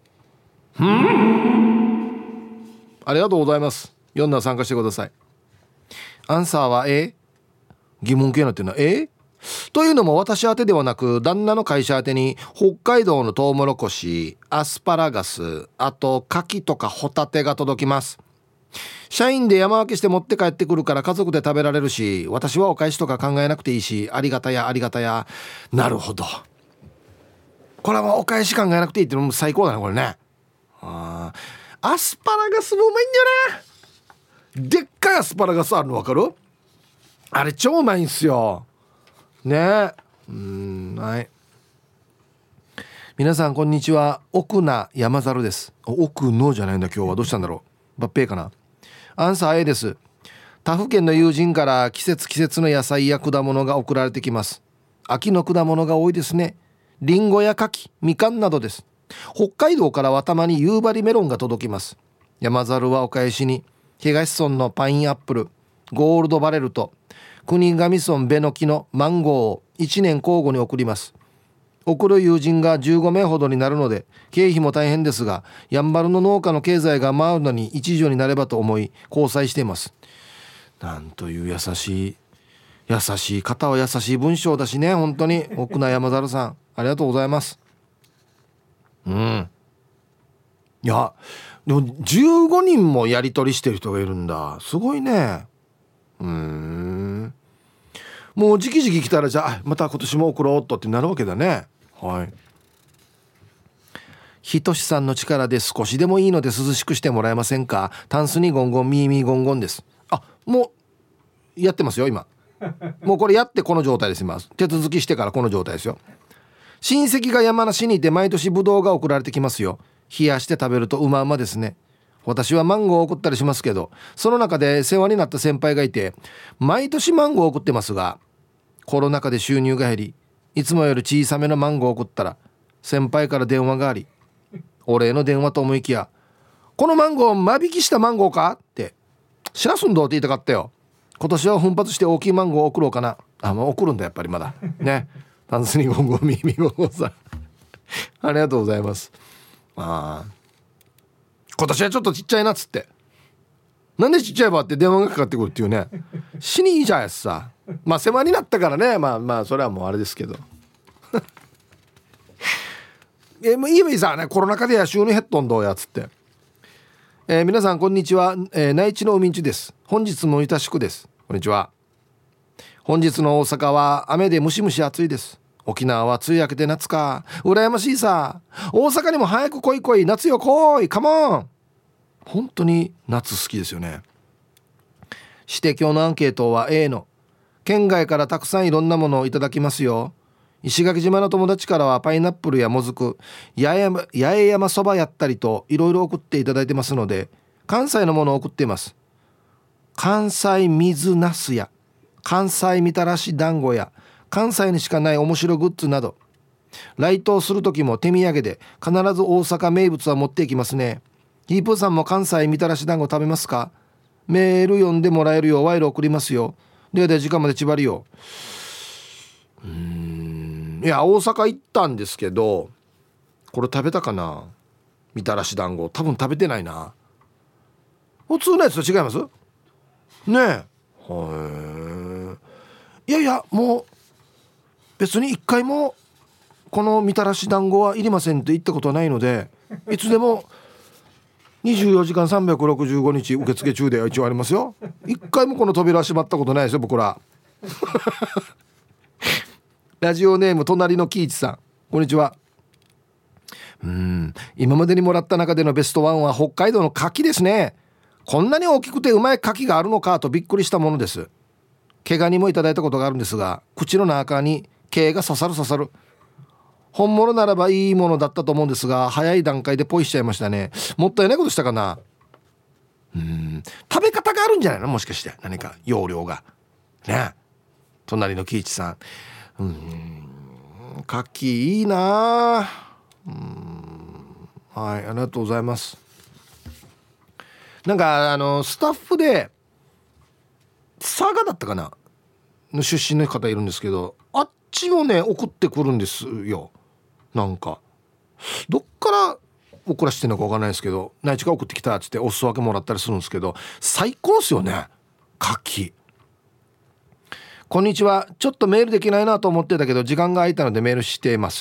んありがとうございます。読んだら参加してください。アンサーは A。 疑問形になってるのは A というのも私宛てではなく旦那の会社宛てに北海道のトウモロコシ、アスパラガス、あと牡蠣とかホタテが届きます。社員で山分けして持って帰ってくるから家族で食べられるし、私はお返しとか考えなくていいし、ありがたやありがたや。なるほど、これはお返し考えなくていいっていうのも最高だねこれね。あアスパラガスもうまいんだよね。でっかいアスパラガスあるの分かる？あれ超うまいんすよねえ。うーん、はい、皆さんこんにちは、奥名山猿です。奥のじゃないんだ今日は。どうしたんだろう、抜兵かな。アンサー A です。他府県の友人から季節季節の野菜や果物が送られてきます。秋の果物が多いですね。リンゴや柿、みかんなどです。北海道からはたまに夕張メロンが届きます。山猿はお返しに東村のパインアップル、ゴールドバレルと国頭村ベノキのマンゴーをいちねん交互に送ります。送る友人がじゅうごめいほどになるので経費も大変ですが、やんばるの農家の経済が回るのに一助になればと思い交際しています。なんという優しい優しい方は優しい文章だしね、本当に奥名山猿さんありがとうございます。うん、いやでもじゅうごにんもやり取りしてる人がいるんだ、すごいね。うーん、もうじきじき来たらじゃあまた今年も送ろうとってなるわけだね。はい、ひとしさんの力で少しでもいいので涼しくしてもらえませんか？タンスにゴンゴンミーミーゴンゴンです。あ、もうやってますよ今。もうこれやってこの状態です。今手続きしてからこの状態ですよ。親戚が山梨にいて毎年ブドウが送られてきますよ。冷やして食べるとうまうまですね。私はマンゴーを送ったりしますけど、その中で世話になった先輩がいて毎年マンゴーを送ってますが、コロナ禍で収入が減りいつもより小さめのマンゴーを送ったら先輩から電話があり、お礼の電話と思いきやこのマンゴー間引きしたマンゴーかって知らすんどうって言いたかったよ。今年は奮発して大きいマンゴーを送ろうかな。あ、もう送るんだやっぱりまだね。タンスにゴンゴン耳ゴンゴンさんありがとうございます。あ今年はちょっとちっちゃいなっつって、なんでちっちゃいばって電話がかかってくるっていうね。死にいいじゃんやつさ。まあ世話になったからね、まあまあそれはもうあれですけどえもういいべいさね、コロナ禍でや収入減っとんどうやつって。 えー、皆さんこんにちは、えー、内地の海んちです。本日もいたしくです。こんにちは。本日の大阪は雨でムシムシ暑いです。沖縄は梅雨明けて夏か、羨ましいさ。大阪にも早く来い来い、夏よ来い、カモン。本当に夏好きですよね。して今日のアンケートは A の県外からたくさんいろんなものをいただきますよ。石垣島の友達からはパイナップルやもずく、八重山、八重山そばやったりといろいろ送っていただいてますので、関西のものを送っています。関西水なすや関西みたらし団子や関西にしかない面白グッズなど、来島する時も手土産で必ず大阪名物は持っていきますね。ヒープーさんも関西みたらし団子食べますか？メール読んでもらえるよう賄賂送りますよ。ではで時間まで縛りよ。うーん、いや大阪行ったんですけど、これ食べたかな。みたらし団子多分食べてないな。普通のやつと違いますねえ。はい。いやいや、もう別に一回もこのみたらし団子はいりませんって言ったことはないので、いつでもにじゅうよじかんさんびゃくろくじゅうごにち受付中では一応ありますよ。一回もこの扉は閉まったことないですよ僕ら。ラジオネーム隣の喜一さん、こんにちは。うーん、今までにもらった中でのベストワンは北海道の牡蠣ですね。こんなに大きくてうまい牡蠣があるのかとびっくりしたものです。毛ガニもいただいたことがあるんですが、口の中に毛が刺さる刺さる。本物ならばいいものだったと思うんですが、早い段階でポイしちゃいましたね。もったいないことしたかな。うーん、食べ方があるんじゃないの、もしかして何か容量がね。隣の喜一さん、うーん、牡蠣いいな。うーん、はい、ありがとうございます。なんかあのスタッフで佐賀だったかなの出身の方いるんですけど、あっちもね送ってくるんですよ。なんかどっから送らしてるのか分かんないですけど、内地が送ってきたっつってお裾分けもらったりするんですけど、最高ですよね牡蠣。こんにちは。ちょっとメールできないなと思ってたけど時間が空いたのでメールしています。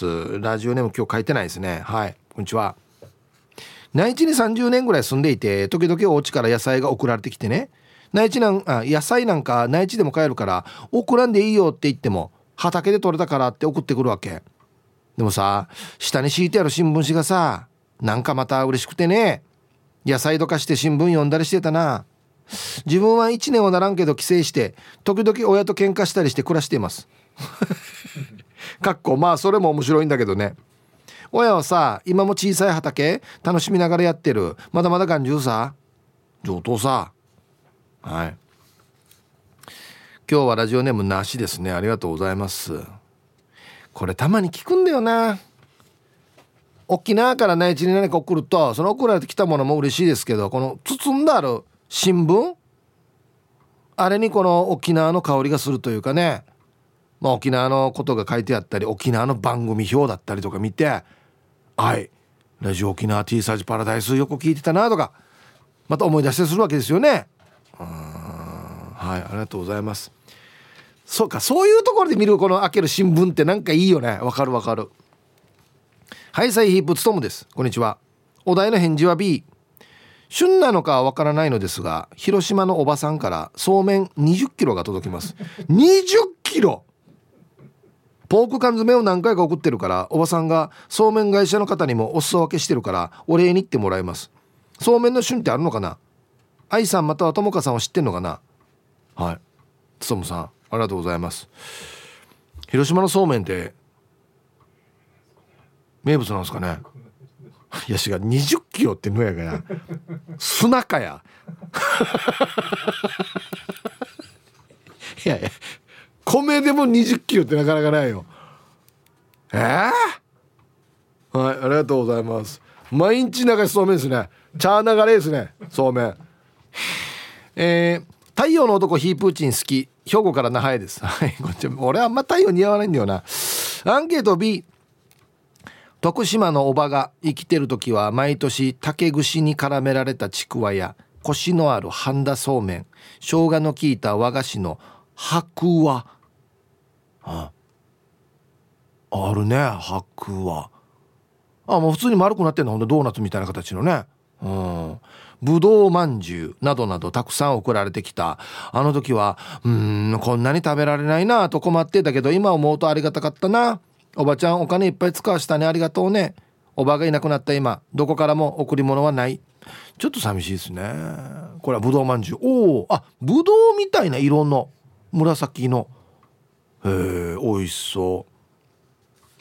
ラジオネーム今日書いてないですね。はい、こんにちは。内地にさんじゅうねんぐらい住んでいて、時々お家から野菜が送られてきてね、内地なんあ野菜なんか内地でも買えるから送らんでいいよって言っても、畑で採れたからって送ってくるわけ。でもさ、下に敷いてある新聞紙がさ、なんかまた嬉しくてね、野菜どかして新聞読んだりしてたな。自分はいちねんはならんけど帰省して時々親と喧嘩したりして暮らしています。かっこまあそれも面白いんだけどね。親はさ、今も小さい畑楽しみながらやってる。まだまだ頑丈さ、上等さ。はい、今日はラジオネームなしですね。ありがとうございます。これたまに聞くんだよな。沖縄から内地に何か送ると、その送られてきたものも嬉しいですけど、この包んである新聞、あれにこの沖縄の香りがするというかね、まあ、沖縄のことが書いてあったり、沖縄の番組表だったりとか見て、はい、ラジオ沖縄 T サージパラダイスよく聞いてたなとかまた思い出したりするわけですよね。うーん、はい、ありがとうございます。そうか、そういうところで見るこの開ける新聞ってなんかいいよね。わかるわかる。はい、サイヒープツトムです。こんにちは。お題の返事は B。 旬なのかはわからないのですが、広島のおばさんからそうめんにじゅっキロが届きます。にじゅっキロ、ポーク缶詰を何回か送ってるから、おばさんがそうめん会社の方にもお裾分けしてるからお礼に行ってもらいます。そうめんの旬ってあるのかな。愛さんまたはともかさんは知ってんのかな。はい、つとむさんありがとうございます。広島のそうめんって名物なんですかね。いやしがにじゅっキロってのやがや砂かや。いやいや、米でもにじゅっキロってなかなかないよ。えー、はい、ありがとうございます。毎日流しそうめんですね。チャー流れですね、そうめん。えー、太陽の男ヒープーチン好き、兵庫から那覇へです。はい、こっち俺あんま太陽似合わないんだよな。アンケート B。 徳島のおばが生きてる時は毎年竹串に絡められたちくわやコシのある半田そうめん、生姜の効いた和菓子の白和、ああるね白和、あもう普通に丸くなってんの。ほんとドーナツみたいな形のね。 うん、ぶどうまんじゅうなどなどたくさん送られてきた。あの時はうーんこんなに食べられないなと困ってたけど、今思うとありがたかったな。おばちゃんお金いっぱい使わしたね、ありがとうね。おばがいなくなった今どこからも贈り物はない。ちょっと寂しいですね。これはぶどうまんじゅう。おお、あ、ぶどうみたいな色の紫の、へえ、美味しそう。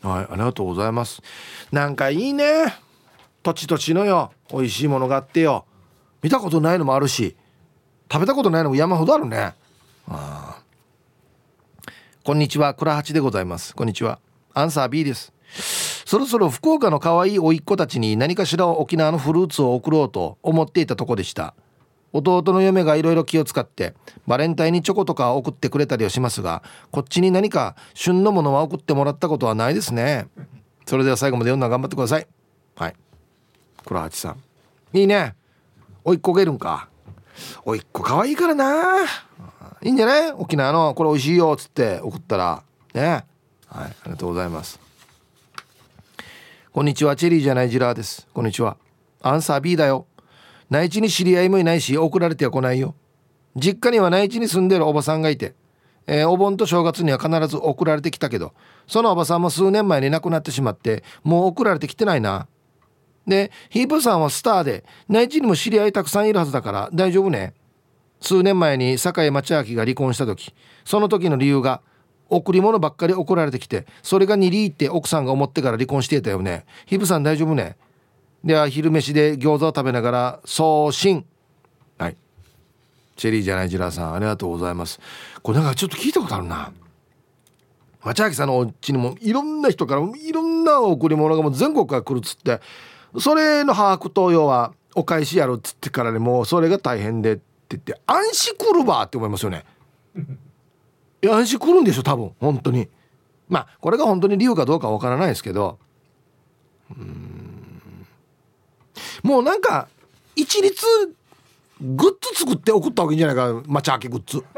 はい、ありがとうございます。なんかいいね、土地土地のよ美味しいものがあってよ、見たことないのもあるし食べたことないのも山ほどあるね。あ、こんにちは、倉八でございます。こんにちは。アンサー B です。そろそろ福岡の可愛い甥っ子たちに何かしら沖縄のフルーツを送ろうと思っていたとこでした。弟の嫁がいろいろ気を使ってバレンタインにチョコとか送ってくれたりはしますが、こっちに何か旬のものは送ってもらったことはないですね。それでは最後まで読んだら頑張ってください。はい、倉八さんいいね。甥っ子がいるんか。甥っ子可愛いからな。いいんじゃない？沖縄のこれ美味しいよっつって送ったらね。はい、ありがとうございます。こんにちは、チェリーじゃないジラーです。こんにちは。アンサー B だよ。内地に知り合いもいないし送られては来ないよ。実家には内地に住んでるおばさんがいて、えー、お盆と正月には必ず送られてきたけど、そのおばさんも数年前に亡くなってしまってもう送られてきてないな。でヒープさんはスターで内地にも知り合いたくさんいるはずだから大丈夫ね。数年前に堺町明が離婚した時、その時の理由が贈り物ばっかり送られてきて、それがにリーって奥さんが思ってから離婚していたよね。ヒブさん大丈夫ね。では昼飯で餃子を食べながら送信。はい、チェリーじゃないジラーさんありがとうございます。これなんかちょっと聞いたことあるな。町明さんのお家にもいろんな人からいろんな贈り物がもう全国から来るっつって、それの把握と要はお返しやるっつってからね、もうそれが大変でって言って安心来るわって思いますよね。いや安心来るんでしょ多分本当に。まあこれが本当に理由かどうかわからないですけど、うーんもうなんか一律グッズ作って送った方がいいんじゃないか。町明グッズ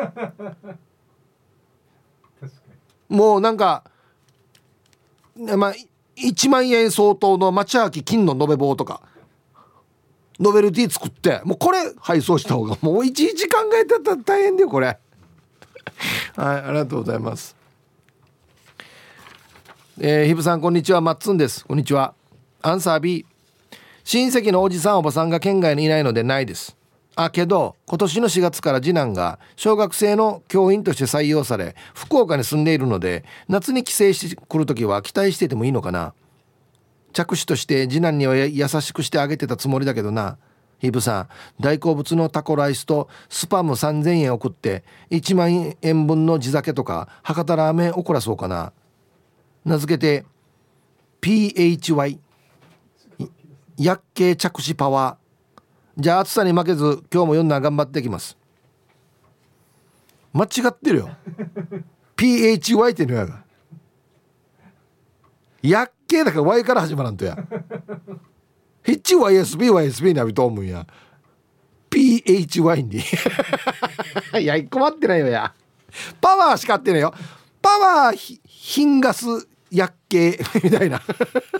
もうなんかまあいちまんえん相当の町明金の延べ棒とかノベルティ作ってもうこれ配送した方がもういちいち考えてたら大変だよこれはい、ありがとうございます。えー、ひぶさんこんにちは、マッツンです。こんにちは。アンサー B。 親戚のおじさんおばさんが県外にいないのでないです。あけど今年のしがつから次男が小学生の教員として採用され福岡に住んでいるので、夏に帰省してくるときは期待しててもいいのかな。着手として次男には優しくしてあげてたつもりだけどな。ヒブさん大好物のタコライスとスパムさんぜんえん送っていちまんえんぶんの地酒とか博多ラーメン送らそうかな。名付けて ピーエイチワイ 薬系着手パワー。じゃあ暑さに負けず今日も読んだら頑張っていきます。間違ってるよピーエイチワイ ってのやが薬系だから Y から始まらんとやヒッチ ワイエスビー ワイエスビー になると思うんや ピーエイチワイ にいや困ってないよや。パワーしかってないよ。パワー品ガス薬系みたいな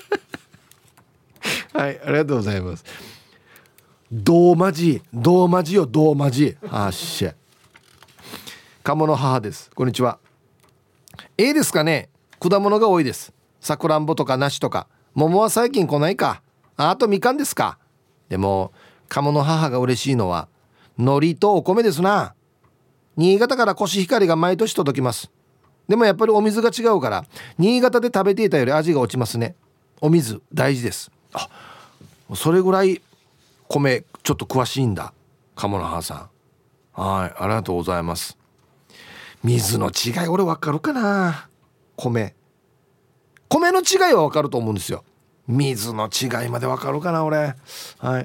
はいありがとうございます。どうまじどうまじよどうまじあっしゃ鴨の母です。こんにちは。ええですかね。果物が多いです。さくらんぼとか梨とか桃は最近来ないか。あとみかんですか。でも鴨の母が嬉しいのは海苔とお米ですな。新潟からコシヒカリが毎年届きます。でもやっぱりお水が違うから新潟で食べていたより味が落ちますね。お水大事です。あ、それぐらい米ちょっと詳しいんだ鴨の母さん。はい、ありがとうございます。水の違い俺分かるかな。米米の違いは分かると思うんですよ。水の違いまで分かるかな俺。はい、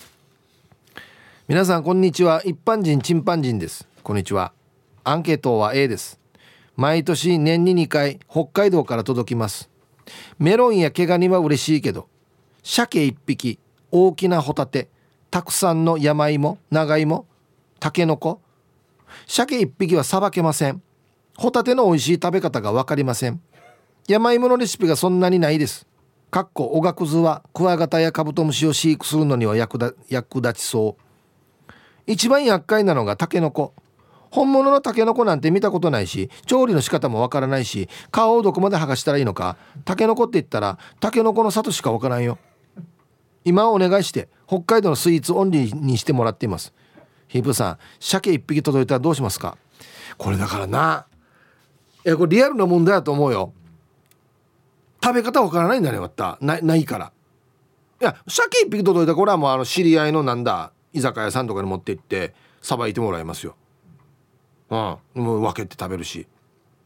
皆さんこんにちは。一般人チンパンジンです。こんにちは。アンケートは A です。毎年年ににかい北海道から届きます。メロンや毛ガニは嬉しいけど鮭いっぴき、大きなホタテ、たくさんの山芋、長芋、タケノコ。鮭いっぴきはさばけません。ホタテの美味しい食べ方が分かりません。山芋のレシピがそんなにないです。 かっこおがくずはクワガタやカブトムシを飼育するのには役立、役立ちそう。一番厄介なのがタケノコ。本物のタケノコなんて見たことないし、調理の仕方もわからないし、皮をどこまで剥がしたらいいのか。タケノコって言ったらタケノコの里しかわからんよ。今お願いして北海道のスイーツオンリーにしてもらっています。ヒープさん、鮭一匹届いたらどうしますか。これだからな、いやこれリアルな問題だと思うよ。食べ方わからないんだね、また な, ないから。いや鮭一匹届いたらこれはもうあの知り合いのなんだ居酒屋さんとかに持って行ってさばいてもらいますよ。うん、もう分けて食べるし。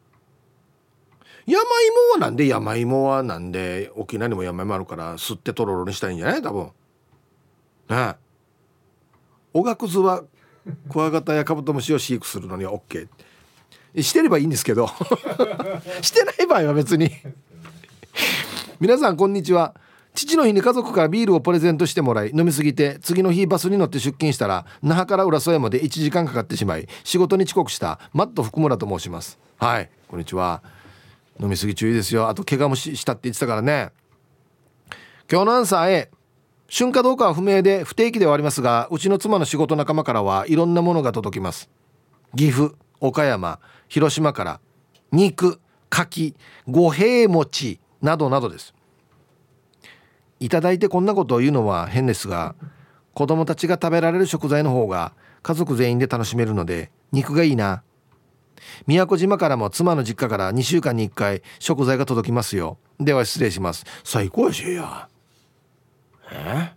山芋はなんで山芋はなんで沖縄にも山芋あるから吸ってとろろにしたいんじゃない多分ね。おがくずはクワガタやカブトムシを飼育するのには OK してればいいんですけどしてない場合は別に皆さんこんにちは。父の日に家族からビールをプレゼントしてもらい飲みすぎて次の日バスに乗って出勤したら那覇から浦添までいちじかんかかってしまい仕事に遅刻したマット福村と申します。はい、こんにちは。飲みすぎ注意ですよ。あと怪我もしたって言ってたからね。今日のアンサー A、 春かどうかは不明で不定期ではありますが、うちの妻の仕事仲間からはいろんなものが届きます。岐阜、岡山、広島から肉、柿、五平餅などなどです。いただいてこんなことを言うのは変ですが、子供たちが食べられる食材の方が家族全員で楽しめるので肉がいいな。宮古島からも妻の実家からにしゅうかんにいっかい食材が届きますよ。では失礼します。最高やしや。え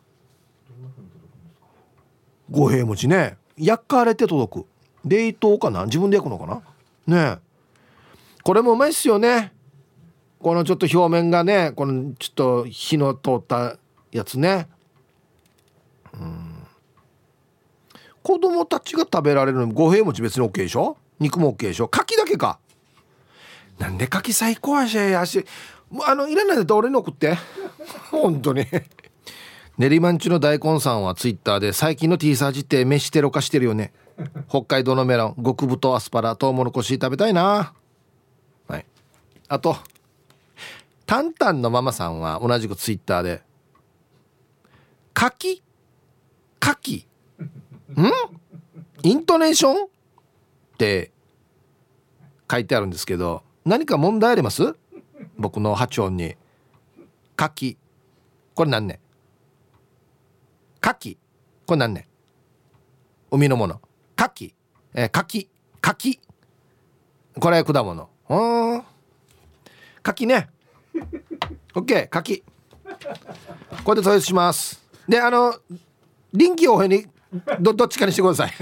五平餅ね、焼かれて届く。冷凍かな、自分で焼くのかなね。えこれもうまいっすよね。このちょっと表面がね、このちょっと火の通ったやつね。うん、子供たちが食べられるのに五平餅別に OK でしょ。肉も OK でしょ。牡蠣だけか。なんで牡蠣最高やしやし、あのいらないんだったら俺に送って本当に練馬んちの大根さんはツイッターで最近の T サージって飯テロ化してるよね。北海道のメロン、極太アスパラ、トウモロコシ食べたいな。はい。あとタンタンのママさんは同じくツイッターで牡蠣牡蠣んイントネーションって書いてあるんですけど、何か問題あります？僕の発音に。牡蠣これ何ね。牡蠣これ何ね。海のもの。牡蠣えー、牡蠣牡蠣これ果物。うん牡蠣ね。OK 牡蠣これで統一します。であの臨機応変に ど, どっちかにしてください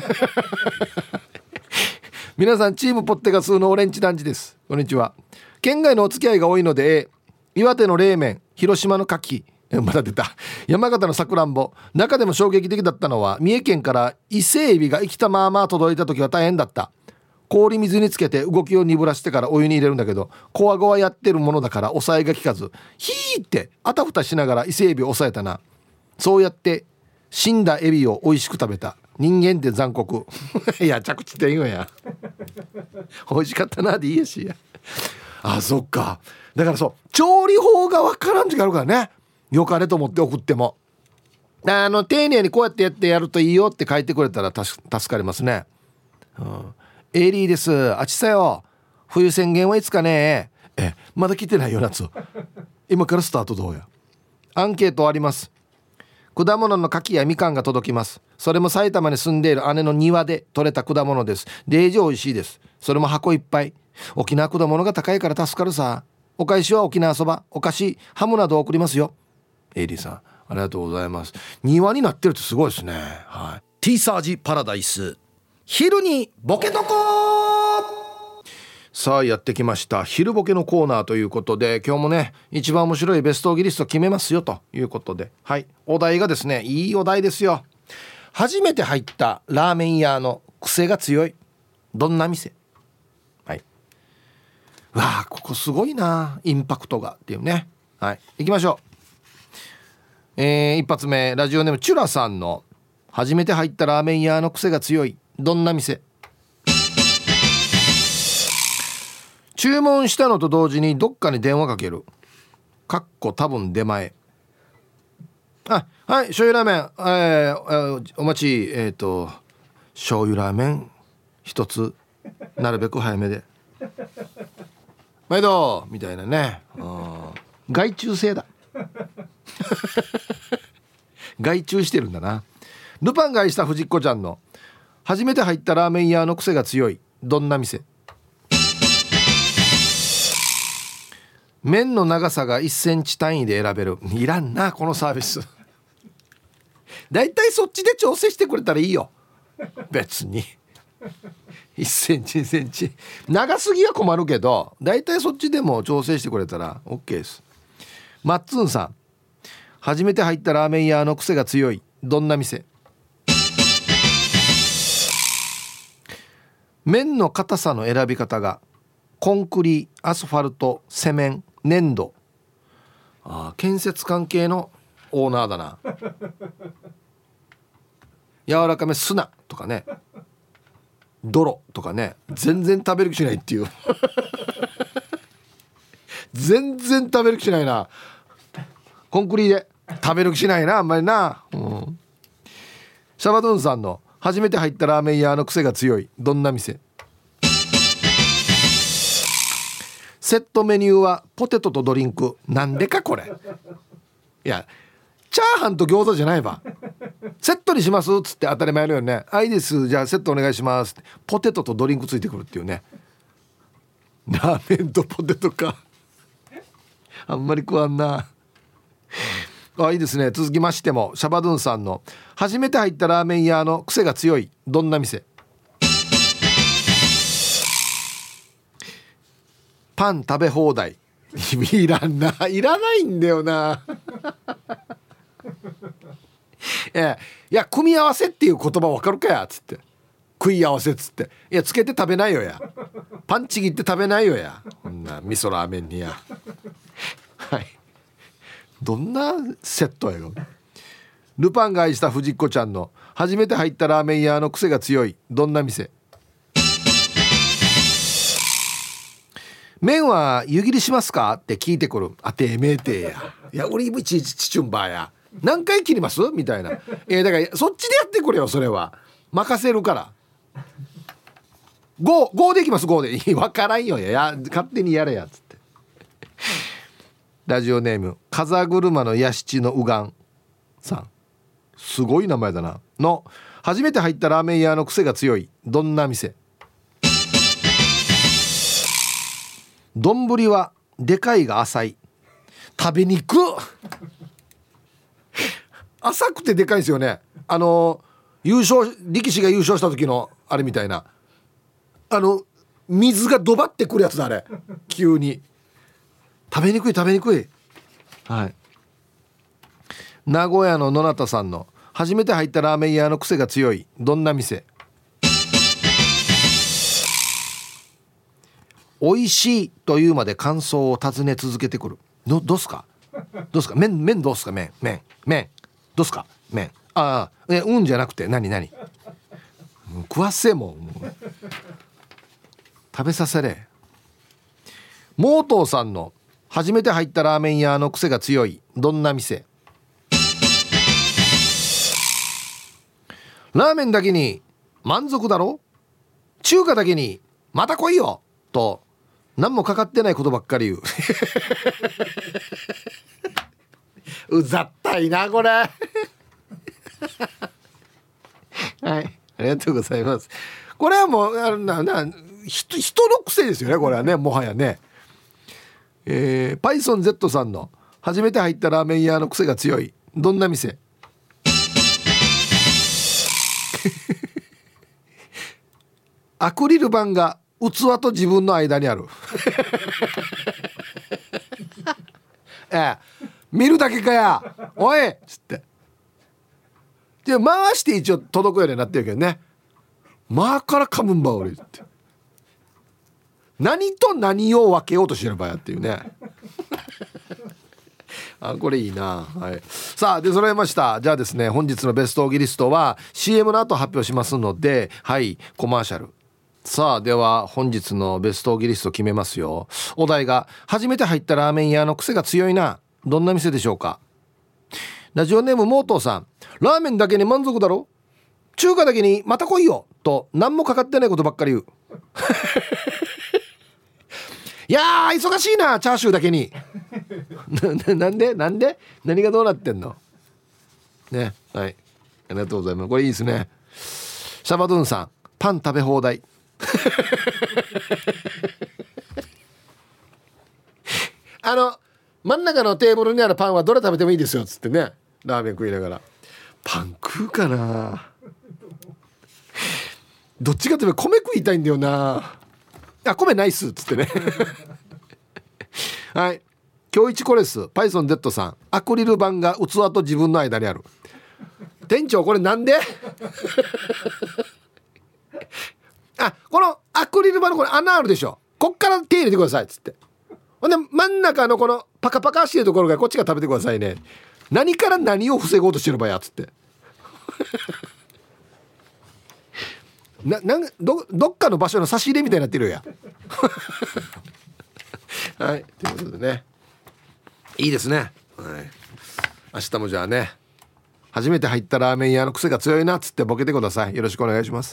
皆さんチームポッテガスのオレンジ団地です。こんにちは。県外のお付き合いが多いので岩手の冷麺、広島の牡蠣、まだ出た、山形のさくらんぼ。中でも衝撃的だったのは三重県から伊勢エビが生きたまま届いた時は大変だった。氷水につけて動きを鈍らしてからお湯に入れるんだけど、コワゴワやってるものだから抑えが効かずヒーってあたふたしながら伊勢エビを抑えたな。そうやって死んだエビを美味しく食べた。人間って残酷いや着地点よや美味しかったなでいいやしや。あ、そっか。だからそう調理法がわからん時あるからね。よかれと思って送ってもあの丁寧にこうやってやってやるといいよって書いてくれたら助かりますね。うん、エイリーです。あちさよ。冬宣言はいつかね。えまだ来てないよ夏今からスタートどうや。アンケートあります。果物の柿やみかんが届きます。それも埼玉に住んでいる姉の庭で採れた果物です。デージ美味しいです。それも箱いっぱい。沖縄果物が高いから助かるさ。お返しは沖縄そば、お菓子、ハムなど送りますよ。エイリーさんありがとうございます。庭になってるってすごいですね。はい。 T サージパラダイス昼にボケとこさあやってきました昼ボケのコーナーということで、今日もね一番面白いベストギリスト決めますよということで、はい、お題がですねいいお題ですよ。初めて入ったラーメン屋の癖が強いどんな店。はい、わあここすごいなインパクトがっていうね。はい行きましょう。えー、一発目ラジオネームチュラさんの初めて入ったラーメン屋の癖が強いどんな店。注文したのと同時にどっかに電話かける。 かっこ多分出前。あ、はい、醤油ラーメン、えー、お待ち。えっ、ー、と醤油ラーメン一つ、なるべく早めで毎度みたいなね。あ、外注制だ外注してるんだな。ルパンが愛した藤子ちゃんの初めて入ったラーメン屋の癖が強い、どんな店？麺の長さがいっセンチ単位で選べる。いらんなこのサービスだいたいそっちで調整してくれたらいいよ別にいっセンチにセンチ長すぎは困るけど、だいたいそっちでも調整してくれたら OK です。マッツンさん、初めて入ったラーメン屋の癖が強い、どんな店？麺の硬さの選び方がコンクリ、アスファルト、セメン、粘土。あ、建設関係のオーナーだな柔らかめ砂とかね、泥とかね、全然食べる気しないっていう全然食べる気しないな。コンクリで食べる気しないな、あんまりな、うん、シャバドゥンさんの初めて入ったラーメン屋の癖が強い、どんな店？セットメニューはポテトとドリンク。なんでかこれ。いや、チャーハンと餃子じゃないば。セットにしますっつって当たり前のようにね、あ、いいです、じゃあセットお願いしますって、ポテトとドリンクついてくるっていうね。ラーメンとポテトかあんまり食わんなあ、いいですね。続きましてもシャバドゥンさんの初めて入ったラーメン屋の癖が強い、どんな店？パン食べ放題。いらんな、いらないんだよないや、いや組み合わせっていう言葉わかるかやつって、食い合わせっつって、いやつけて食べないよや、パンちぎって食べないよや、こんな味噌ラーメンにやはい、どんなセットやよ。ルパンが愛した藤子ちゃんの初めて入ったラーメン屋の癖が強い、どんな店？麺は湯切りしますかって聞いてくる。あてめえてや、いやオリーブチーズチチュンバーや、何回切りますみたいな。えー、だからそっちでやってくれよ、それは任せるから。ご、ごでいきます。ごでいい、分からんよや、や勝手にやれやつってラジオネーム風車の屋敷のうがんさん、すごい名前だな。の初めて入ったラーメン屋の癖が強い、どんな店？丼はでかいが浅い。食べにく浅くてでかいんですよね。あの優勝力士が優勝した時のあれみたいな、あの水がドバってくるやつだあれ急に食べにくい食べにくい。はい。名古屋の野中さんの初めて入ったラーメン屋の癖が強い、どんな店？美味しいというまで感想を尋ね続けてくる。どどうすかどうすか、麺麺どうすか、麺麺麺どうすか、麺、ああ、えうんじゃなくて何何、もう食わせももう食べさせれ。モートーさんの初めて入ったラーメン屋の癖が強い、どんな店？ラーメンだけに満足だろ、中華だけにまた来いよと何もかかってないことばっかり言ううざったいなこれはい、ありがとうございます。これはもうあなな 人, 人の癖ですよね、これはね、もはやね。えー、パイソン Z さんの初めて入ったラーメン屋の癖が強い、どんな店？アクリル板が器と自分の間にあるええ、見るだけかやおいっつってで回して一応届くようになってるけどね、まあから噛むんば俺って何と何を分けようとしてる場合やっていうねあ、これいいな、はい、さあ出揃えました。じゃあですね、本日のベストオギリストは シーエム の後発表しますので、はい、コマーシャルさあでは本日のベストオギリスト決めますよ。お題が初めて入ったラーメン屋の癖が強いな、どんな店でしょうか。ラジオネームモートーさん、ラーメンだけに満足だろ、中華だけにまた来いよと何もかかってないことばっかり言ういやー忙しいな、チャーシューだけにな, なんでなんで何がどうなってんのね。はい、ありがとうございます。これいいですね。シャバドゥンさん、パン食べ放題あの真ん中のテーブルにあるパンはどれ食べてもいいですよっつってね、ラーメン食いながらパン食うかな、どっちかというと米食いたいんだよなあ、米ナイスっつってねはい、今日一これです。パイソン Z さん、アクリル板が器と自分の間にある。店長これなんであ、このアクリル板のこれ穴あるでしょ、こっから手入れてくださいっつって、ほんで真ん中のこのパカパカしてるところがこっちが食べてくださいね、何から何を防ごうとしてるばやっつってななん ど, どっかの場所の差し入れみたいになってるやはいということでね、いいですね、はい、明日もじゃあね、初めて入ったラーメン屋の癖が強いなっつってボケてください。よろしくお願いします。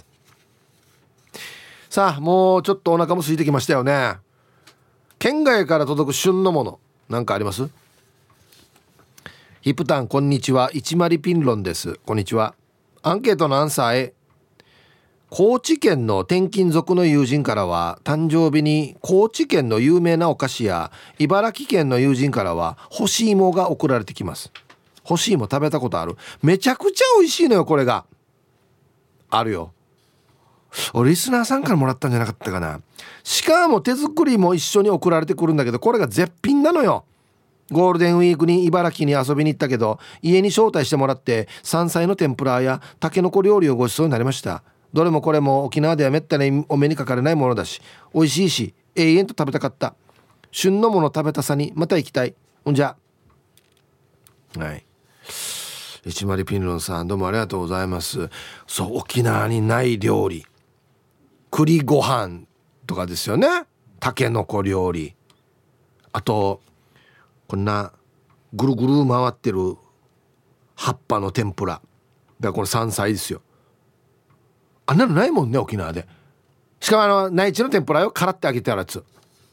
さあもうちょっとお腹も空いてきましたよね。県外から届く旬のものなんかあります？ヒプタンこんにちは、一丸ピンロンです。こんにちは。アンケートのアンサーへ。高知県の転勤族の友人からは誕生日に高知県の有名なお菓子や、茨城県の友人からは干し芋が送られてきます。干し芋食べたことある？めちゃくちゃ美味しいのよ。これがあるよ。リスナーさんからもらったんじゃなかったかな。しかも手作りも一緒に送られてくるんだけど、これが絶品なのよ。ゴールデンウィークに茨城に遊びに行ったけど、家に招待してもらって山菜の天ぷらやたけのこ料理をごちそうになりました。どれもこれも沖縄ではめったにお目にかかれないものだし、美味しいし永遠と食べたかった。旬のもの食べたさにまた行きたい。ほんじゃ。はい、一丸ピンロンさんどうもありがとうございます。そう、沖縄にない料理、栗ご飯とかですよね。たけのこ料理、あとこんなぐるぐる回ってる葉っぱの天ぷらだから、これ山菜ですよ。あんなのないもんね沖縄で。しかもあの内地の天ぷらをカラってあげてあるやつ。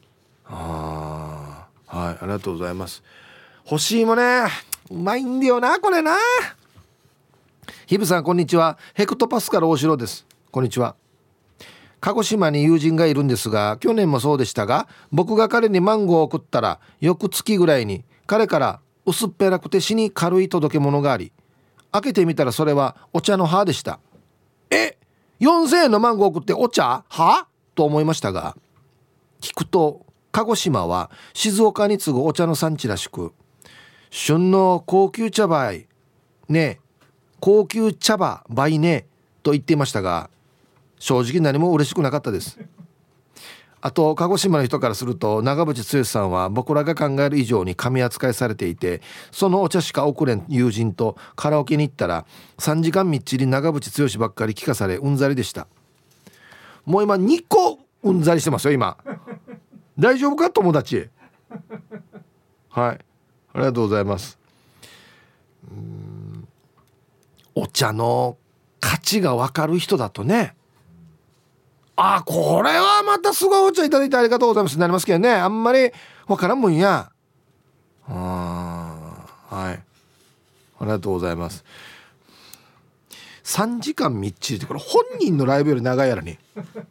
ああ、はい、ありがとうございます。干し芋ね、うまいんだよなこれな。ヒブさんこんにちは、ヘクトパスカル大城です。こんにちは。鹿児島に友人がいるんですが、去年もそうでしたが、僕が彼にマンゴーを送ったら翌月ぐらいに彼から薄っぺらくて死に軽い届け物があり、開けてみたらそれはお茶の葉でした。え、よんせんえんのマンゴー送ってお茶はと思いましたが、聞くと鹿児島は静岡に次ぐお茶の産地らしく、旬の高級茶梅ね、高級茶葉梅ねと言っていましたが、正直何も嬉しくなかったです。あと鹿児島の人からすると長渕剛さんは僕らが考える以上に神扱いされていて、そのお茶しか送れん友人とカラオケに行ったらさんじかんみっちり長渕剛ばっかり聞かされうんざりでした。もう今にこうんざりしてますよ今。大丈夫か友達。はい、ありがとうございます。うーん、お茶の価値が分かる人だとね、あ、これはまたすごいお茶いただいてありがとうございますになりますけどね、あんまり分からんもんや。あ、はい、ありがとうございます。さんじかんみっちりってこれ本人のライブより長いやらに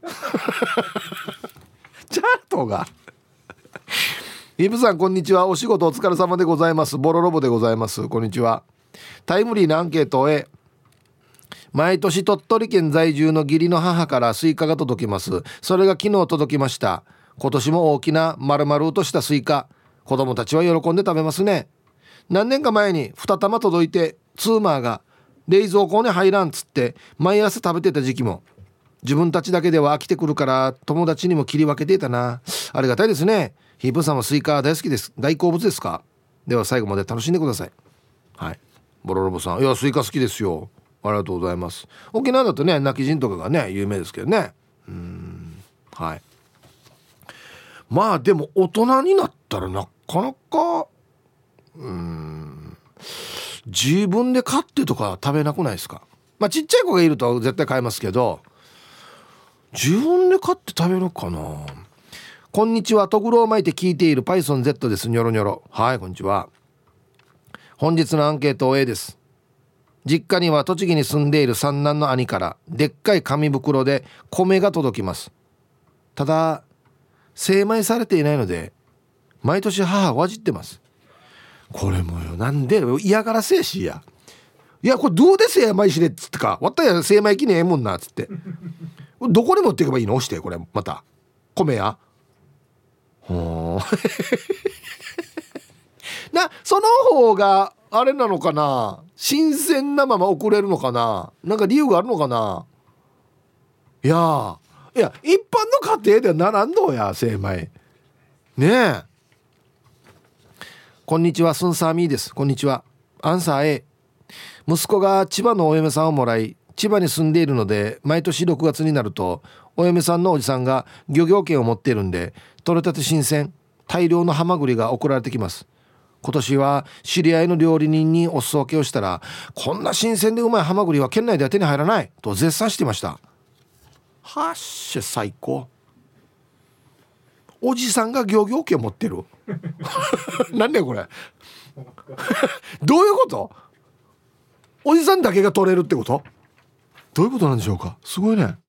チャートがイブさんこんにちは、お仕事お疲れ様でございます。ボロロボでございます。こんにちは。タイムリーなアンケートへ。毎年鳥取県在住の義理の母からスイカが届きます。それが昨日届きました。今年も大きな丸々としたスイカ、子供たちは喜んで食べますね。何年か前にに玉届いてツーマーが冷蔵庫に入らんつって毎朝食べてた時期も、自分たちだけでは飽きてくるから友達にも切り分けていたな。ありがたいですね。ヒープさんはスイカ大好きです、大好物ですか？では最後まで楽しんでください。はい、ボロロボさん、いやスイカ好きですよ。ありがとうございます。沖縄だとね泣き人とかがね有名ですけどね。うーん、 はい。まあでも大人になったらなかなかうーん自分で買ってとか食べなくないですか？まあちっちゃい子がいると絶対買いますけど、自分で買って食べるかな。こんにちは、とぐろを巻いて聞いている パイソン Z です。ニョロニョロ。はい、こんにちは。本日のアンケート A です。実家には栃木に住んでいる三男の兄からでっかい紙袋で米が届きます。ただ精米されていないので毎年母はじってます。これもよ、なんで嫌がらせやしや、いやこれどうで精米しれっつってか、わったや精米きねえもんなっつってどこに持っていけばいいの？押してこれまた米やほーな、その方があれなのかな、新鮮なまま送れるのかな、なんか理由があるのかな。いやいや一般の家庭ではならんのや精米ねえ。こんにちは、スンサーミーです。こんにちは。アンサー A。 息子が千葉のお嫁さんをもらい千葉に住んでいるので、毎年ろくがつになるとお嫁さんのおじさんが漁業権を持っているんで、取れたて新鮮大量のハマグリが送られてきます。今年は知り合いの料理人にお裾分けをしたら、こんな新鮮でうまいハマグリは県内では手に入らないと絶賛していました。はっしゃ最高。おじさんが漁業権を持ってるなんでこれどういうこと？おじさんだけが取れるってこと？どういうことなんでしょうか。すごいね。